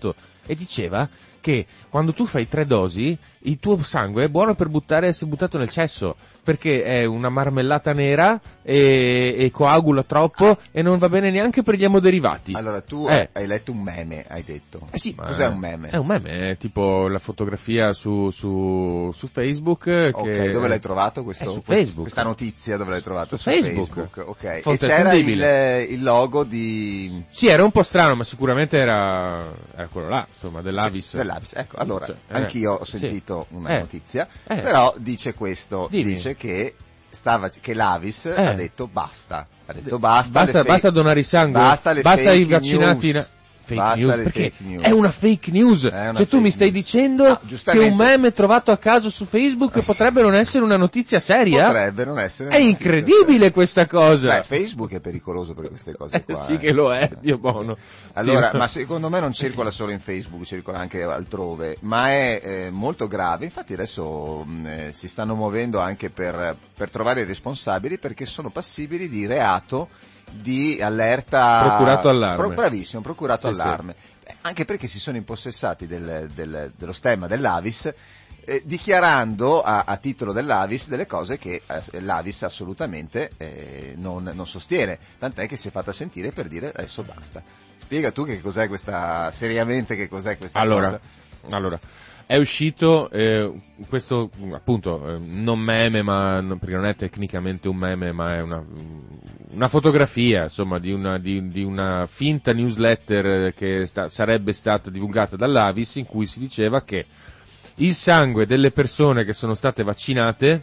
e diceva che quando tu fai 3 dosi il tuo sangue è buono per essere buttato nel cesso, perché è una marmellata nera e coagula troppo e non va bene neanche per gli emoderivati. Allora tu hai letto un meme, hai detto. Sì, ma cos'è un meme? È un meme, è tipo la fotografia su Facebook. Ok, dove l'hai trovato su Facebook. Questa notizia dove l'hai trovata? Su Facebook. Ok. E c'era il logo di... Sì, era un po' strano, ma sicuramente era quello là, insomma, dell'Avis. Sì, dell'Avis, ecco, allora, anch'io ho sentito una notizia, però dice questo, dice che l'Avis ha detto basta. Ha detto basta donare il sangue, basta i vaccinati. Fake news, perché è una fake news. Tu mi stai dicendo che un meme trovato a caso su Facebook potrebbe non essere una notizia seria? Potrebbe non essere. È incredibile questa cosa. Beh, Facebook è pericoloso per queste cose qua. Sì che lo è, Dio buono. Allora, ma secondo me non circola solo in Facebook, circola anche altrove, ma è molto grave. Infatti adesso si stanno muovendo anche per trovare i responsabili, perché sono passibili di reato di allerta, procurato allarme. Bravissimo, procurato allarme. Sì. Anche perché si sono impossessati dello stemma dell'Avis, dichiarando a titolo dell'Avis delle cose che l'Avis assolutamente non sostiene, tant'è che si è fatta sentire per dire adesso basta. Spiega tu che cos'è questa, seriamente che cos'è questa cosa. Allora, è uscito questo appunto non meme, ma perché non è tecnicamente un meme, ma è una fotografia, insomma, di una finta newsletter che sarebbe stata divulgata dall'Avis, in cui si diceva che il sangue delle persone che sono state vaccinate,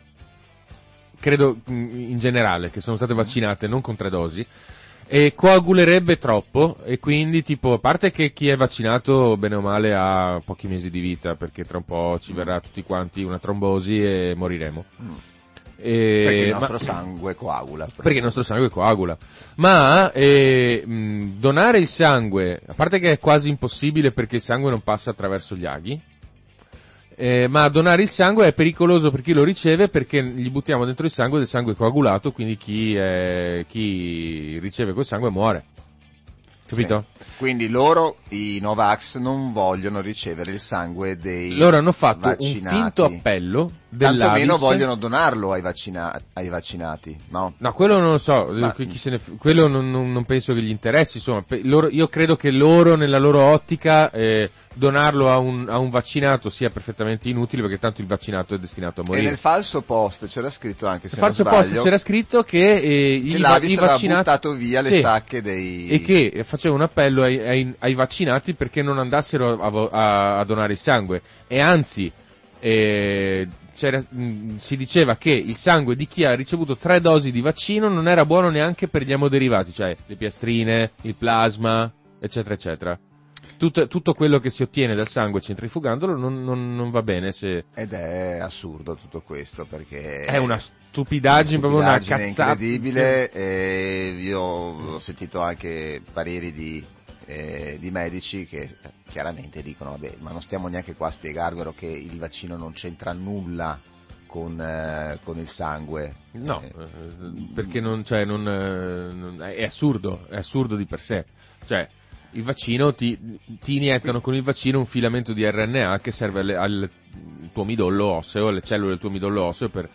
credo in generale che sono state vaccinate non con 3 dosi, e coagulerebbe troppo, e quindi tipo, a parte che chi è vaccinato bene o male ha pochi mesi di vita, perché tra un po' ci verrà tutti quanti una trombosi e moriremo. Perché il nostro sangue coagula. Perché il nostro sangue coagula. Ma donare il sangue, a parte che è quasi impossibile perché il sangue non passa attraverso gli aghi, ma donare il sangue è pericoloso per chi lo riceve, perché gli buttiamo dentro il sangue del sangue coagulato, quindi chi riceve quel sangue muore. Capito? Sì. Quindi loro, i Novax, non vogliono ricevere il sangue dei loro hanno fatto vaccinati. Un finto appello dell'Avis. Tantomeno vogliono donarlo ai vaccinati, no? No, quello non lo so, quello non penso che gli interessi, insomma, io credo che loro, nella loro ottica, donarlo a un vaccinato sia perfettamente inutile, perché tanto il vaccinato è destinato a morire. E nel falso post c'era scritto anche, se non sbaglio, post c'era scritto che i l'Avis vaccinati aveva buttato via le sacche dei... E che faceva un appello ai vaccinati perché non andassero a donare il sangue, e anzi si diceva che il sangue di chi ha ricevuto 3 dosi di vaccino non era buono neanche per gli emoderivati, cioè le piastrine, il plasma, eccetera eccetera. Tutto quello che si ottiene dal sangue centrifugandolo non va bene ed è assurdo tutto questo, perché è una stupidaggine, proprio una cazzata incredibile. Io ho sentito anche pareri di medici che chiaramente dicono vabbè, ma non stiamo neanche qua a spiegarvelo che il vaccino non c'entra nulla con il sangue. No, perché è assurdo di per sé. Cioè, il vaccino ti iniettano con il vaccino un filamento di RNA che serve al tuo midollo osseo, alle cellule del tuo midollo osseo per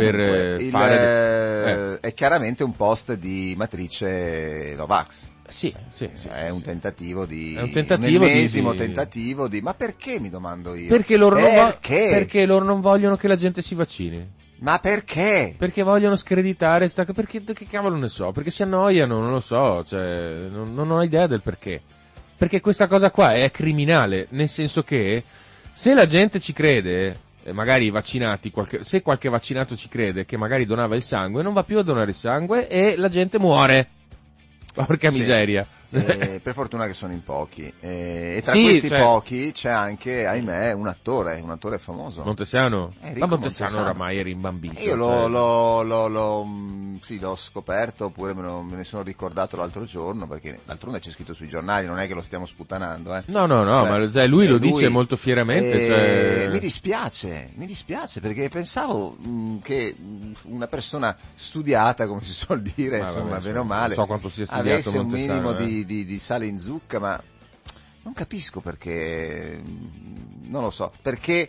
fare... È chiaramente un post di matrice Novax. Sì, è un tentativo un ennesimo tentativo di... Ma perché, mi domando io? Perché loro non vogliono che la gente si vaccini. Ma perché? Perché vogliono screditare perché che cavolo ne so, perché si annoiano, non lo so, cioè non ho idea del perché. Perché questa cosa qua è criminale, nel senso che se la gente ci crede, magari i vaccinati, se qualche vaccinato ci crede che magari donava il sangue, non va più a donare il sangue e la gente muore. Porca miseria. Per fortuna che sono in pochi. E tra questi pochi c'è anche, ahimè, un attore famoso. Montesiano? Ma Montesiano oramai è rimbambito. Io l'ho scoperto, oppure me ne sono ricordato l'altro giorno, perché d'altronde c'è scritto sui giornali, non è che lo stiamo sputtanando. No, ma lui lo dice molto fieramente. Mi dispiace, perché pensavo che una persona studiata, come si suol dire, bene o male, non so quanto sia studiato avesse un Montesiano, minimo di sale in zucca, ma Non capisco perché, non lo so, perché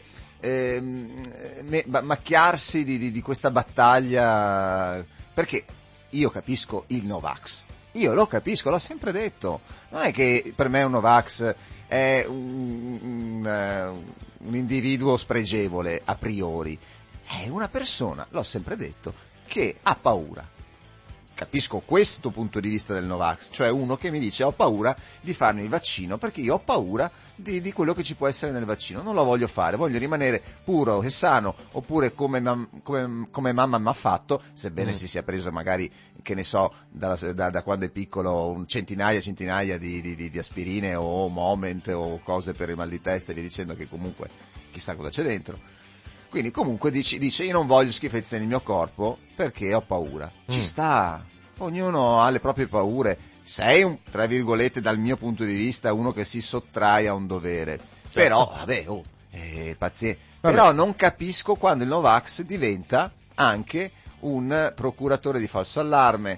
macchiarsi di questa battaglia, perché io capisco il Novax, io lo capisco, l'ho sempre detto, non è che per me un Novax è un individuo spregevole a priori, è una persona, l'ho sempre detto, che ha paura. Capisco questo punto di vista del Novax, cioè uno che mi dice ho paura di farmi il vaccino perché io ho paura di quello che ci può essere nel vaccino, non lo voglio fare, voglio rimanere puro e sano, oppure come mamma mi ha fatto, sebbene si sia preso magari, che ne so, da quando è piccolo centinaia di aspirine o Moment o cose per il mal di testa e via dicendo, che comunque chissà cosa c'è dentro. Quindi comunque dice io non voglio schifezze nel mio corpo perché ho paura. Ci sta, ognuno ha le proprie paure. Sei tra virgolette dal mio punto di vista uno che si sottrae a un dovere. Certo. Però, vabbè, pazienza. Però non capisco quando il Novax diventa anche un procuratore di falso allarme,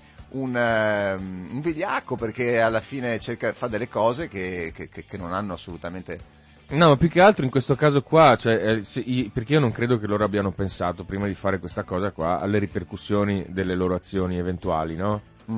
un vigliacco, perché alla fine fa delle cose che non hanno assolutamente... No, ma più che altro in questo caso qua, cioè, perché io non credo che loro abbiano pensato, prima di fare questa cosa qua, alle ripercussioni delle loro azioni eventuali, no?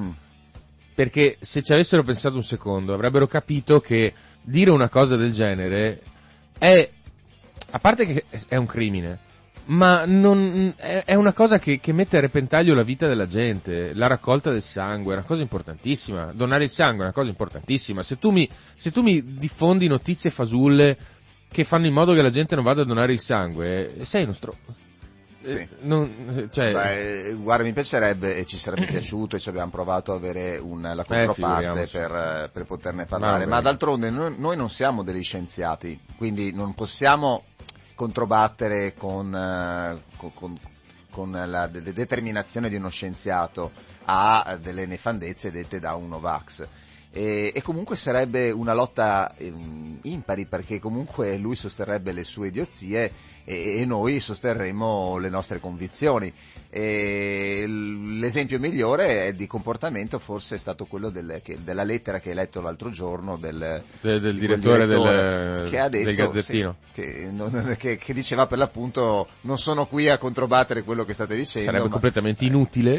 Perché se ci avessero pensato un secondo, avrebbero capito che dire una cosa del genere è, a parte che è un crimine, ma è una cosa che mette a repentaglio la vita della gente. La raccolta del sangue è una cosa importantissima, donare il sangue è una cosa importantissima. Se tu mi diffondi notizie fasulle che fanno in modo che la gente non vada a donare il sangue, sei uno Sì. Guarda, mi piacerebbe e ci sarebbe piaciuto e ci abbiamo provato a avere la controparte per poterne parlare, ma d'altronde noi non siamo degli scienziati, quindi non possiamo controbattere con la determinazione di uno scienziato a delle nefandezze dette da un Novax. E comunque sarebbe una lotta impari, perché comunque lui sosterrebbe le sue idiozie e noi sosterremo le nostre convinzioni. E l'esempio migliore di comportamento forse è stato quello della lettera che hai letto l'altro giorno del direttore che ha detto, del Gazzettino, che diceva per l'appunto non sono qui a controbattere quello che state dicendo, sarebbe completamente inutile,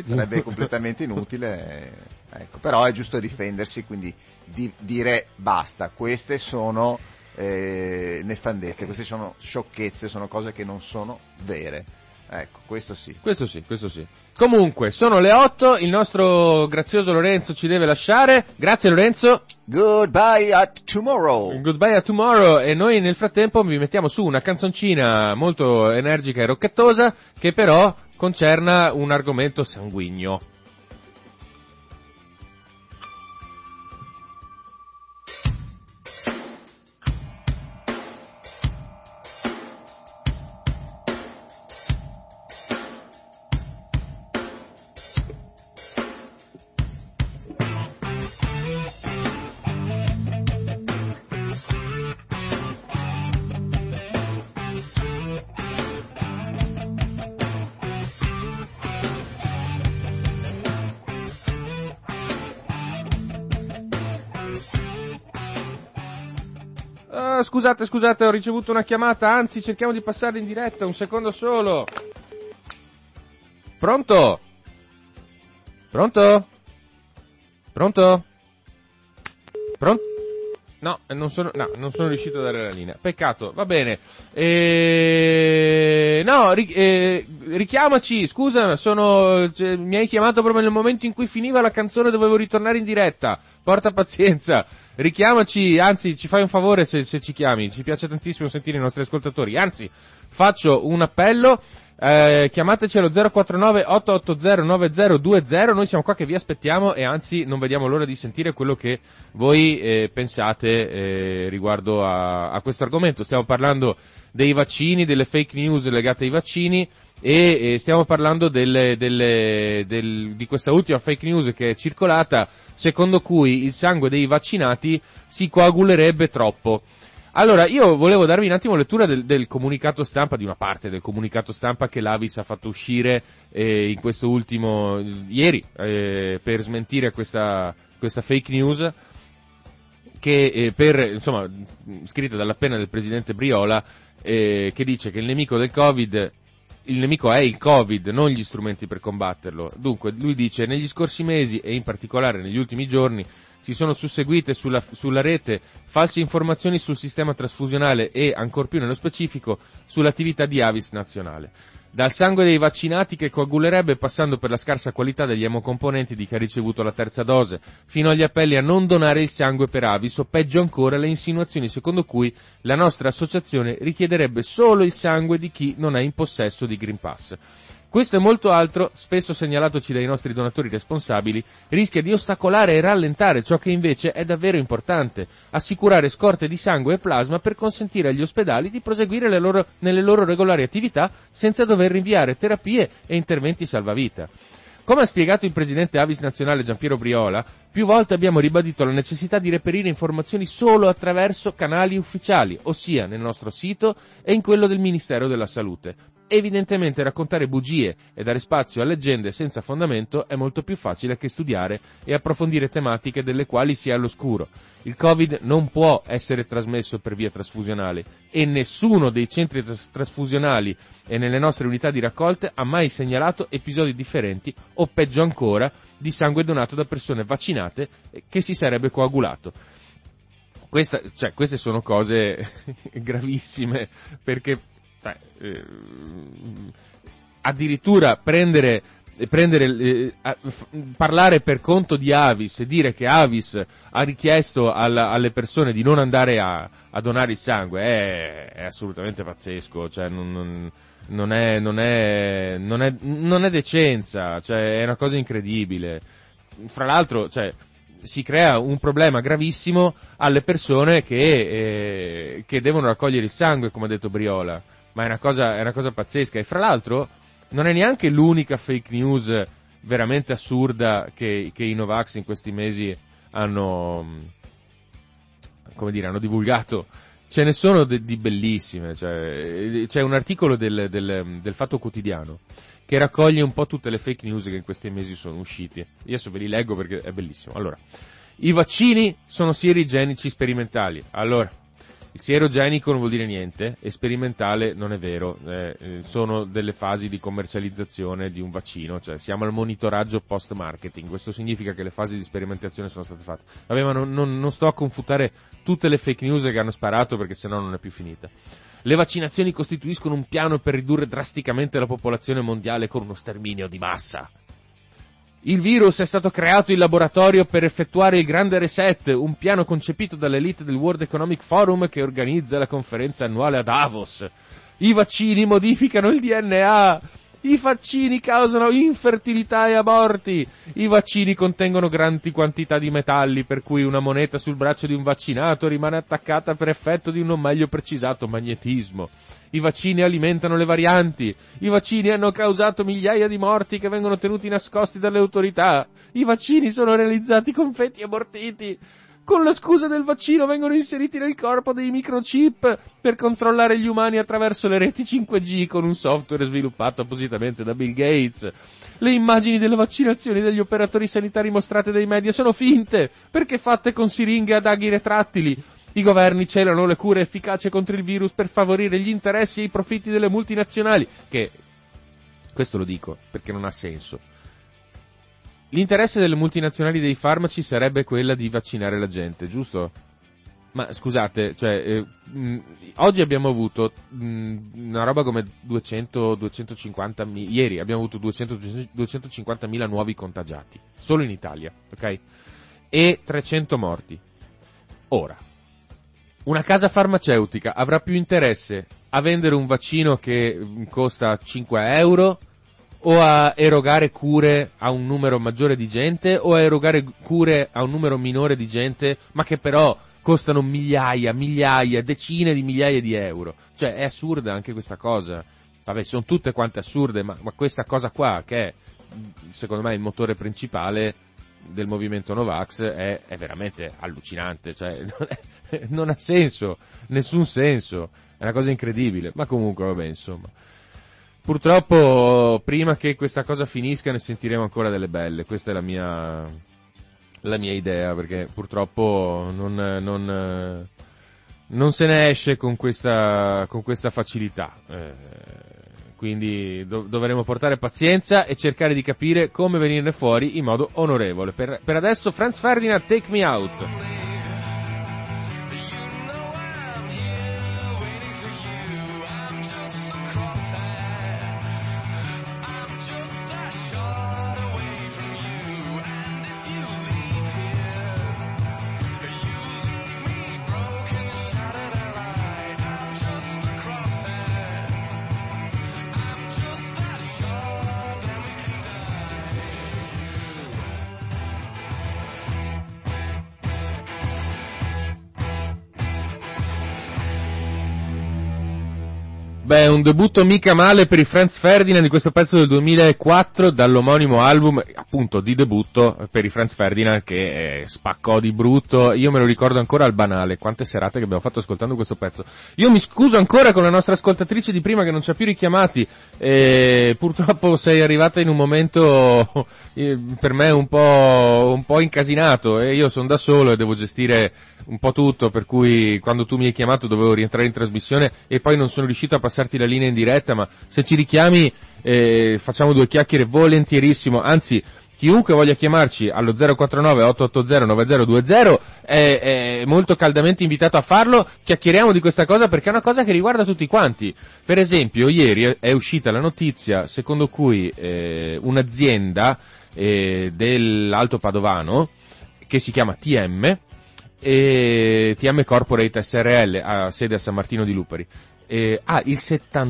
ecco, però è giusto difendersi, quindi dire basta, queste sono nefandezze, queste sono sciocchezze, sono cose che non sono vere. Ecco, questo sì. Comunque, sono le 8, il nostro grazioso Lorenzo ci deve lasciare. Grazie Lorenzo. Goodbye at tomorrow. E noi nel frattempo vi mettiamo su una canzoncina molto energica e rocchettosa che però concerna un argomento sanguigno. Scusate, ho ricevuto una chiamata, anzi cerchiamo di passarla in diretta, un secondo solo. Pronto? No, non sono riuscito a dare la linea. Peccato, va bene. Richiamaci, scusa, mi hai chiamato proprio nel momento in cui finiva la canzone, dovevo ritornare in diretta. Porta pazienza. Richiamaci, anzi, ci fai un favore se ci chiami. Ci piace tantissimo sentire i nostri ascoltatori. Anzi, faccio un appello. Chiamateci allo 049 880 9020. Noi siamo qua che vi aspettiamo e anzi non vediamo l'ora di sentire quello che voi pensate riguardo a questo argomento. Stiamo parlando dei vaccini, delle fake news legate ai vaccini e stiamo parlando di questa ultima fake news che è circolata, secondo cui il sangue dei vaccinati si coagulerebbe troppo. Allora, io volevo darvi un attimo lettura del comunicato stampa, di una parte del comunicato stampa che l'Avis ha fatto uscire in questo ieri, per smentire questa fake news, che scritta dalla penna del presidente Briola, che dice che il nemico del Covid, il nemico è il Covid, non gli strumenti per combatterlo. Dunque, lui dice, negli scorsi mesi e in particolare negli ultimi giorni si sono susseguite sulla rete false informazioni sul sistema trasfusionale e, ancor più nello specifico, sull'attività di Avis nazionale. Dal sangue dei vaccinati che coagulerebbe, passando per la scarsa qualità degli emocomponenti di chi ha ricevuto la terza dose, fino agli appelli a non donare il sangue per Avis, o peggio ancora le insinuazioni secondo cui la nostra associazione richiederebbe solo il sangue di chi non è in possesso di Green Pass. Questo e molto altro, spesso segnalatoci dai nostri donatori responsabili, rischia di ostacolare e rallentare ciò che invece è davvero importante, assicurare scorte di sangue e plasma per consentire agli ospedali di proseguire nelle loro regolari attività senza dover rinviare terapie e interventi salvavita. Come ha spiegato il presidente Avis nazionale Giampiero Briola, più volte abbiamo ribadito la necessità di reperire informazioni solo attraverso canali ufficiali, ossia nel nostro sito e in quello del Ministero della Salute. Evidentemente raccontare bugie e dare spazio a leggende senza fondamento è molto più facile che studiare e approfondire tematiche delle quali si è all'oscuro. Il Covid non può essere trasmesso per via trasfusionale e nessuno dei centri trasfusionali e nelle nostre unità di raccolte ha mai segnalato episodi differenti o peggio ancora di sangue donato da persone vaccinate che si sarebbe coagulato. Queste sono cose gravissime, perché addirittura parlare per conto di Avis e dire che Avis ha richiesto alle persone di non andare a donare il sangue è assolutamente pazzesco, cioè non è decenza, cioè è una cosa incredibile. Fra l'altro, cioè, si crea un problema gravissimo alle persone che devono raccogliere il sangue, come ha detto Briola. Ma è una cosa pazzesca. E fra l'altro non è neanche l'unica fake news veramente assurda che i Novax in questi mesi hanno divulgato. Ce ne sono di bellissime. Cioè, c'è un articolo del Fatto Quotidiano che raccoglie un po' tutte le fake news che in questi mesi sono usciti. Io adesso ve li leggo perché è bellissimo. Allora, i vaccini sono sieri igienici sperimentali. Allora, il sierogenico non vuol dire niente, e sperimentale non è vero, sono delle fasi di commercializzazione di un vaccino, cioè siamo al monitoraggio post-marketing, questo significa che le fasi di sperimentazione sono state fatte. Vabbè, ma non sto a confutare tutte le fake news che hanno sparato, perché sennò non è più finita. Le vaccinazioni costituiscono un piano per ridurre drasticamente la popolazione mondiale con uno sterminio di massa. Il virus è stato creato in laboratorio per effettuare il grande reset, un piano concepito dall'elite del World Economic Forum che organizza la conferenza annuale a Davos. I vaccini modificano il DNA. I vaccini causano infertilità e aborti. I vaccini contengono grandi quantità di metalli, per cui una moneta sul braccio di un vaccinato rimane attaccata per effetto di un non meglio precisato magnetismo. I vaccini alimentano le varianti. I vaccini hanno causato migliaia di morti che vengono tenuti nascosti dalle autorità. I vaccini sono realizzati con feti abortiti. Con la scusa del vaccino vengono inseriti nel corpo dei microchip per controllare gli umani attraverso le reti 5G con un software sviluppato appositamente da Bill Gates. Le immagini delle vaccinazioni degli operatori sanitari mostrate dai media sono finte, perché fatte con siringhe ad aghi retrattili. I governi celano le cure efficaci contro il virus per favorire gli interessi e i profitti delle multinazionali, che, questo lo dico perché non ha senso. L'interesse delle multinazionali dei farmaci sarebbe quella di vaccinare la gente, giusto? Ma scusate, cioè, oggi abbiamo avuto una roba come 250.000, ieri abbiamo avuto 250.000 nuovi contagiati, solo in Italia, ok? E 300 morti. Ora, una casa farmaceutica avrà più interesse a vendere un vaccino che costa 5 euro o a erogare cure a un numero maggiore di gente, o a erogare cure a un numero minore di gente, ma che però costano migliaia, decine di migliaia di euro? Cioè, è assurda anche questa cosa. Vabbè, sono tutte quante assurde, ma questa cosa qua, che è, secondo me, il motore principale del movimento Novax, è veramente allucinante. Cioè, non ha senso, nessun senso, è una cosa incredibile. Ma comunque, vabbè, insomma. Purtroppo, prima che questa cosa finisca, ne sentiremo ancora delle belle. Questa è la mia la mia idea, perché purtroppo non se ne esce con questa facilità. Quindi dovremo portare pazienza e cercare di capire come venirne fuori in modo onorevole. Per adesso Franz Ferdinand, Take Me Out. Beh, un debutto mica male per i Franz Ferdinand di questo pezzo del 2004 dall'omonimo album, appunto di debutto per i Franz Ferdinand, che spaccò di brutto. Io me lo ricordo ancora al banale, quante serate che abbiamo fatto ascoltando questo pezzo. Io mi scuso ancora con la nostra ascoltatrice di prima che non ci ha più richiamati, purtroppo sei arrivata in un momento per me un po' incasinato, e io sono da solo e devo gestire un po' tutto, per cui quando tu mi hai chiamato dovevo rientrare in trasmissione e poi non sono riuscito a passarti la linea in diretta, ma se ci richiami facciamo due chiacchiere volentierissimo, anzi chiunque voglia chiamarci allo 049 880 9020 è molto caldamente invitato a farlo. Chiacchieriamo di questa cosa perché è una cosa che riguarda tutti quanti. Per esempio ieri è uscita la notizia secondo cui un'azienda dell'Alto Padovano che si chiama TM Corporate SRL, ha sede a San Martino di Lupari, ha il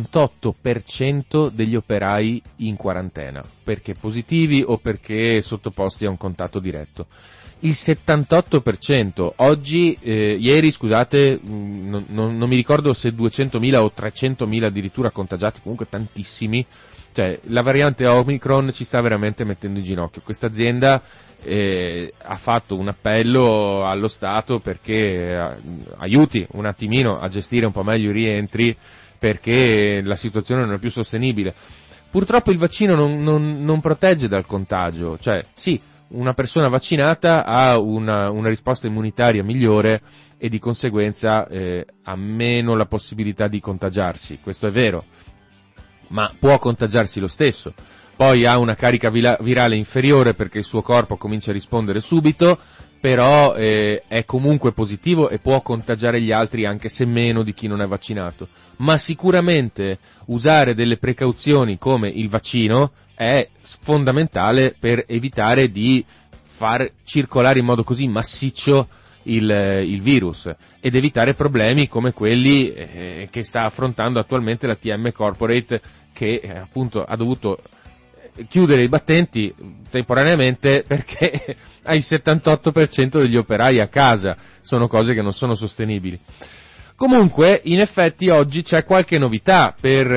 78% degli operai in quarantena, perché positivi o perché sottoposti a un contatto diretto. Il 78%, ieri scusate, non mi ricordo se 200.000 o 300.000 addirittura contagiati, comunque tantissimi. Cioè, la variante Omicron ci sta veramente mettendo in ginocchio. Questa azienda ha fatto un appello allo Stato perché aiuti un attimino a gestire un po' meglio i rientri, perché la situazione non è più sostenibile. Purtroppo il vaccino non protegge dal contagio, cioè sì, una persona vaccinata ha una risposta immunitaria migliore e di conseguenza ha meno la possibilità di contagiarsi, questo è vero, ma può contagiarsi lo stesso. Poi ha una carica virale inferiore perché il suo corpo comincia a rispondere subito, però è comunque positivo e può contagiare gli altri anche se meno di chi non è vaccinato. Ma sicuramente usare delle precauzioni come il vaccino è fondamentale per evitare di far circolare in modo così massiccio il virus ed evitare problemi come quelli che sta affrontando attualmente la TM Corporate, che appunto ha dovuto chiudere i battenti temporaneamente perché ha il 78% degli operai a casa. Sono cose che non sono sostenibili. Comunque, in effetti oggi c'è qualche novità per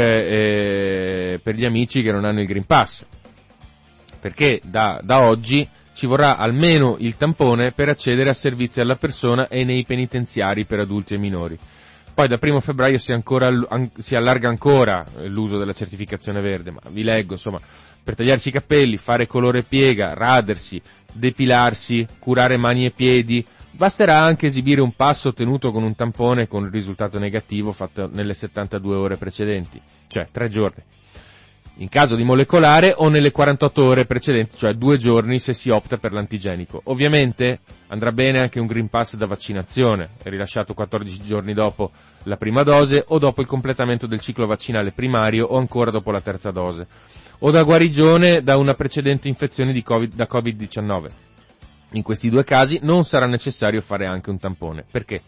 gli amici che non hanno il Green Pass, perché da oggi ci vorrà almeno il tampone per accedere a servizi alla persona e nei penitenziari per adulti e minori. Poi da 1 febbraio si allarga ancora l'uso della certificazione verde, ma vi leggo, insomma, per tagliarsi i capelli, fare colore piega, radersi, depilarsi, curare mani e piedi, basterà anche esibire un passo ottenuto con un tampone con il risultato negativo fatto nelle 72 ore precedenti, cioè 3 giorni. In caso di molecolare o nelle 48 ore precedenti, cioè 2 giorni se si opta per l'antigenico. Ovviamente andrà bene anche un Green Pass da vaccinazione, rilasciato 14 giorni dopo la prima dose o dopo il completamento del ciclo vaccinale primario o ancora dopo la terza dose, o da guarigione da una precedente infezione da Covid-19. In questi 2 casi non sarà necessario fare anche un tampone. Perché?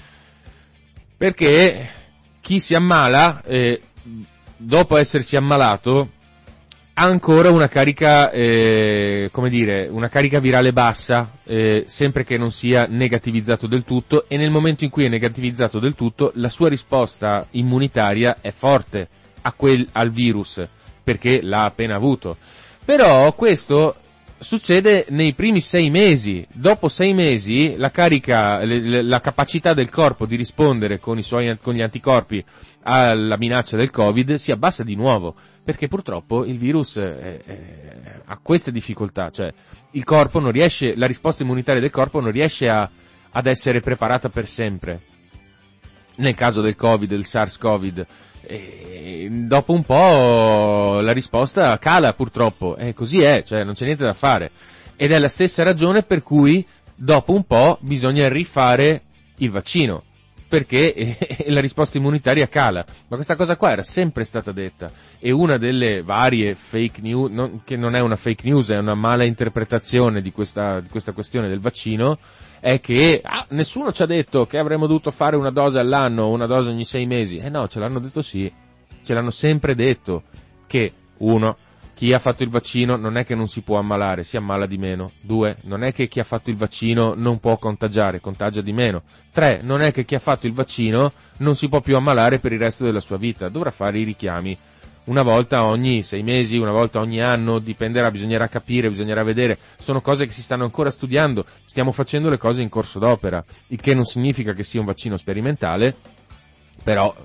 Perché chi si ammala dopo essersi ammalato ha ancora una carica, una carica virale bassa, sempre che non sia negativizzato del tutto, e nel momento in cui è negativizzato del tutto la sua risposta immunitaria è forte al virus, perché l'ha appena avuto. Però questo succede nei primi 6 mesi. Dopo 6 mesi la capacità del corpo di rispondere con gli anticorpi alla minaccia del Covid si abbassa di nuovo, perché purtroppo il virus ha queste difficoltà, cioè il corpo non riesce, la risposta immunitaria del corpo non riesce ad essere preparata per sempre. Nel caso del Covid, del SARS-CoV, dopo un po' la risposta cala purtroppo, così è, cioè non c'è niente da fare. Ed è la stessa ragione per cui dopo un po' bisogna rifare il vaccino, perché la risposta immunitaria cala. Ma questa cosa qua era sempre stata detta, e una delle varie fake news, che non è una fake news, è una mala interpretazione di questa questione del vaccino, è che nessuno ci ha detto che avremmo dovuto fare una dose all'anno o una dose ogni 6 mesi. No, ce l'hanno detto sì, ce l'hanno sempre detto, che 1, chi ha fatto il vaccino non è che non si può ammalare, si ammala di meno. 2, non è che chi ha fatto il vaccino non può contagiare, contagia di meno. 3, non è che chi ha fatto il vaccino non si può più ammalare per il resto della sua vita, dovrà fare i richiami una volta ogni 6 mesi, una volta ogni anno, dipenderà, bisognerà capire, bisognerà vedere, sono cose che si stanno ancora studiando, stiamo facendo le cose in corso d'opera, il che non significa che sia un vaccino sperimentale, però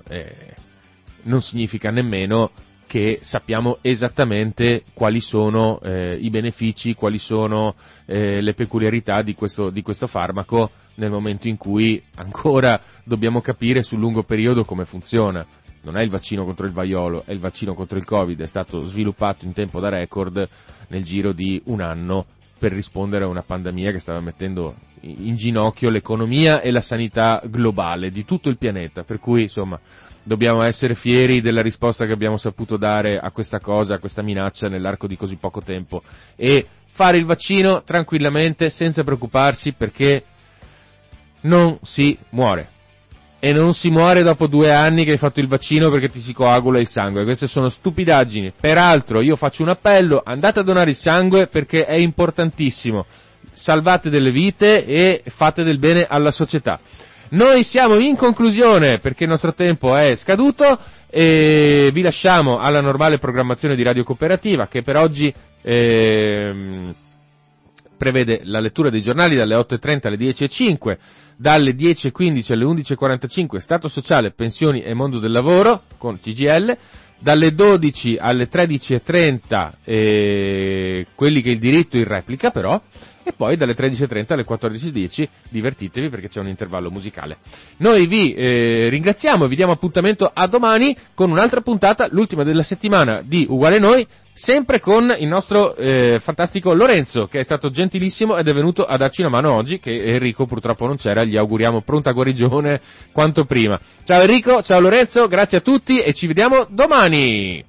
non significa nemmeno che sappiamo esattamente quali sono i benefici, quali sono le peculiarità di questo farmaco, nel momento in cui ancora dobbiamo capire sul lungo periodo come funziona. Non è il vaccino contro il vaiolo, è il vaccino contro il Covid, è stato sviluppato in tempo da record nel giro di un anno per rispondere a una pandemia che stava mettendo in ginocchio l'economia e la sanità globale di tutto il pianeta, per cui insomma dobbiamo essere fieri della risposta che abbiamo saputo dare a questa cosa, a questa minaccia nell'arco di così poco tempo, e fare il vaccino tranquillamente senza preoccuparsi, perché non si muore. E non si muore dopo 2 anni che hai fatto il vaccino perché ti si coagula il sangue. Queste sono stupidaggini. Peraltro io faccio un appello, andate a donare il sangue perché è importantissimo. Salvate delle vite e fate del bene alla società. Noi siamo in conclusione perché il nostro tempo è scaduto e vi lasciamo alla normale programmazione di Radio Cooperativa, che per oggi prevede la lettura dei giornali dalle 8.30 alle 10.05, dalle 10.15 alle 11.45 Stato sociale, pensioni e mondo del lavoro con CGIL, dalle 12 alle 13.30 quelli che il diritto in replica però, e poi dalle 13.30 alle 14.10 divertitevi perché c'è un intervallo musicale. Noi vi ringraziamo e vi diamo appuntamento a domani con un'altra puntata, l'ultima della settimana di Uguale Noi, sempre con il nostro fantastico Lorenzo, che è stato gentilissimo ed è venuto a darci una mano oggi, che Enrico purtroppo non c'era, gli auguriamo pronta guarigione quanto prima. Ciao Enrico, ciao Lorenzo, grazie a tutti e ci vediamo domani!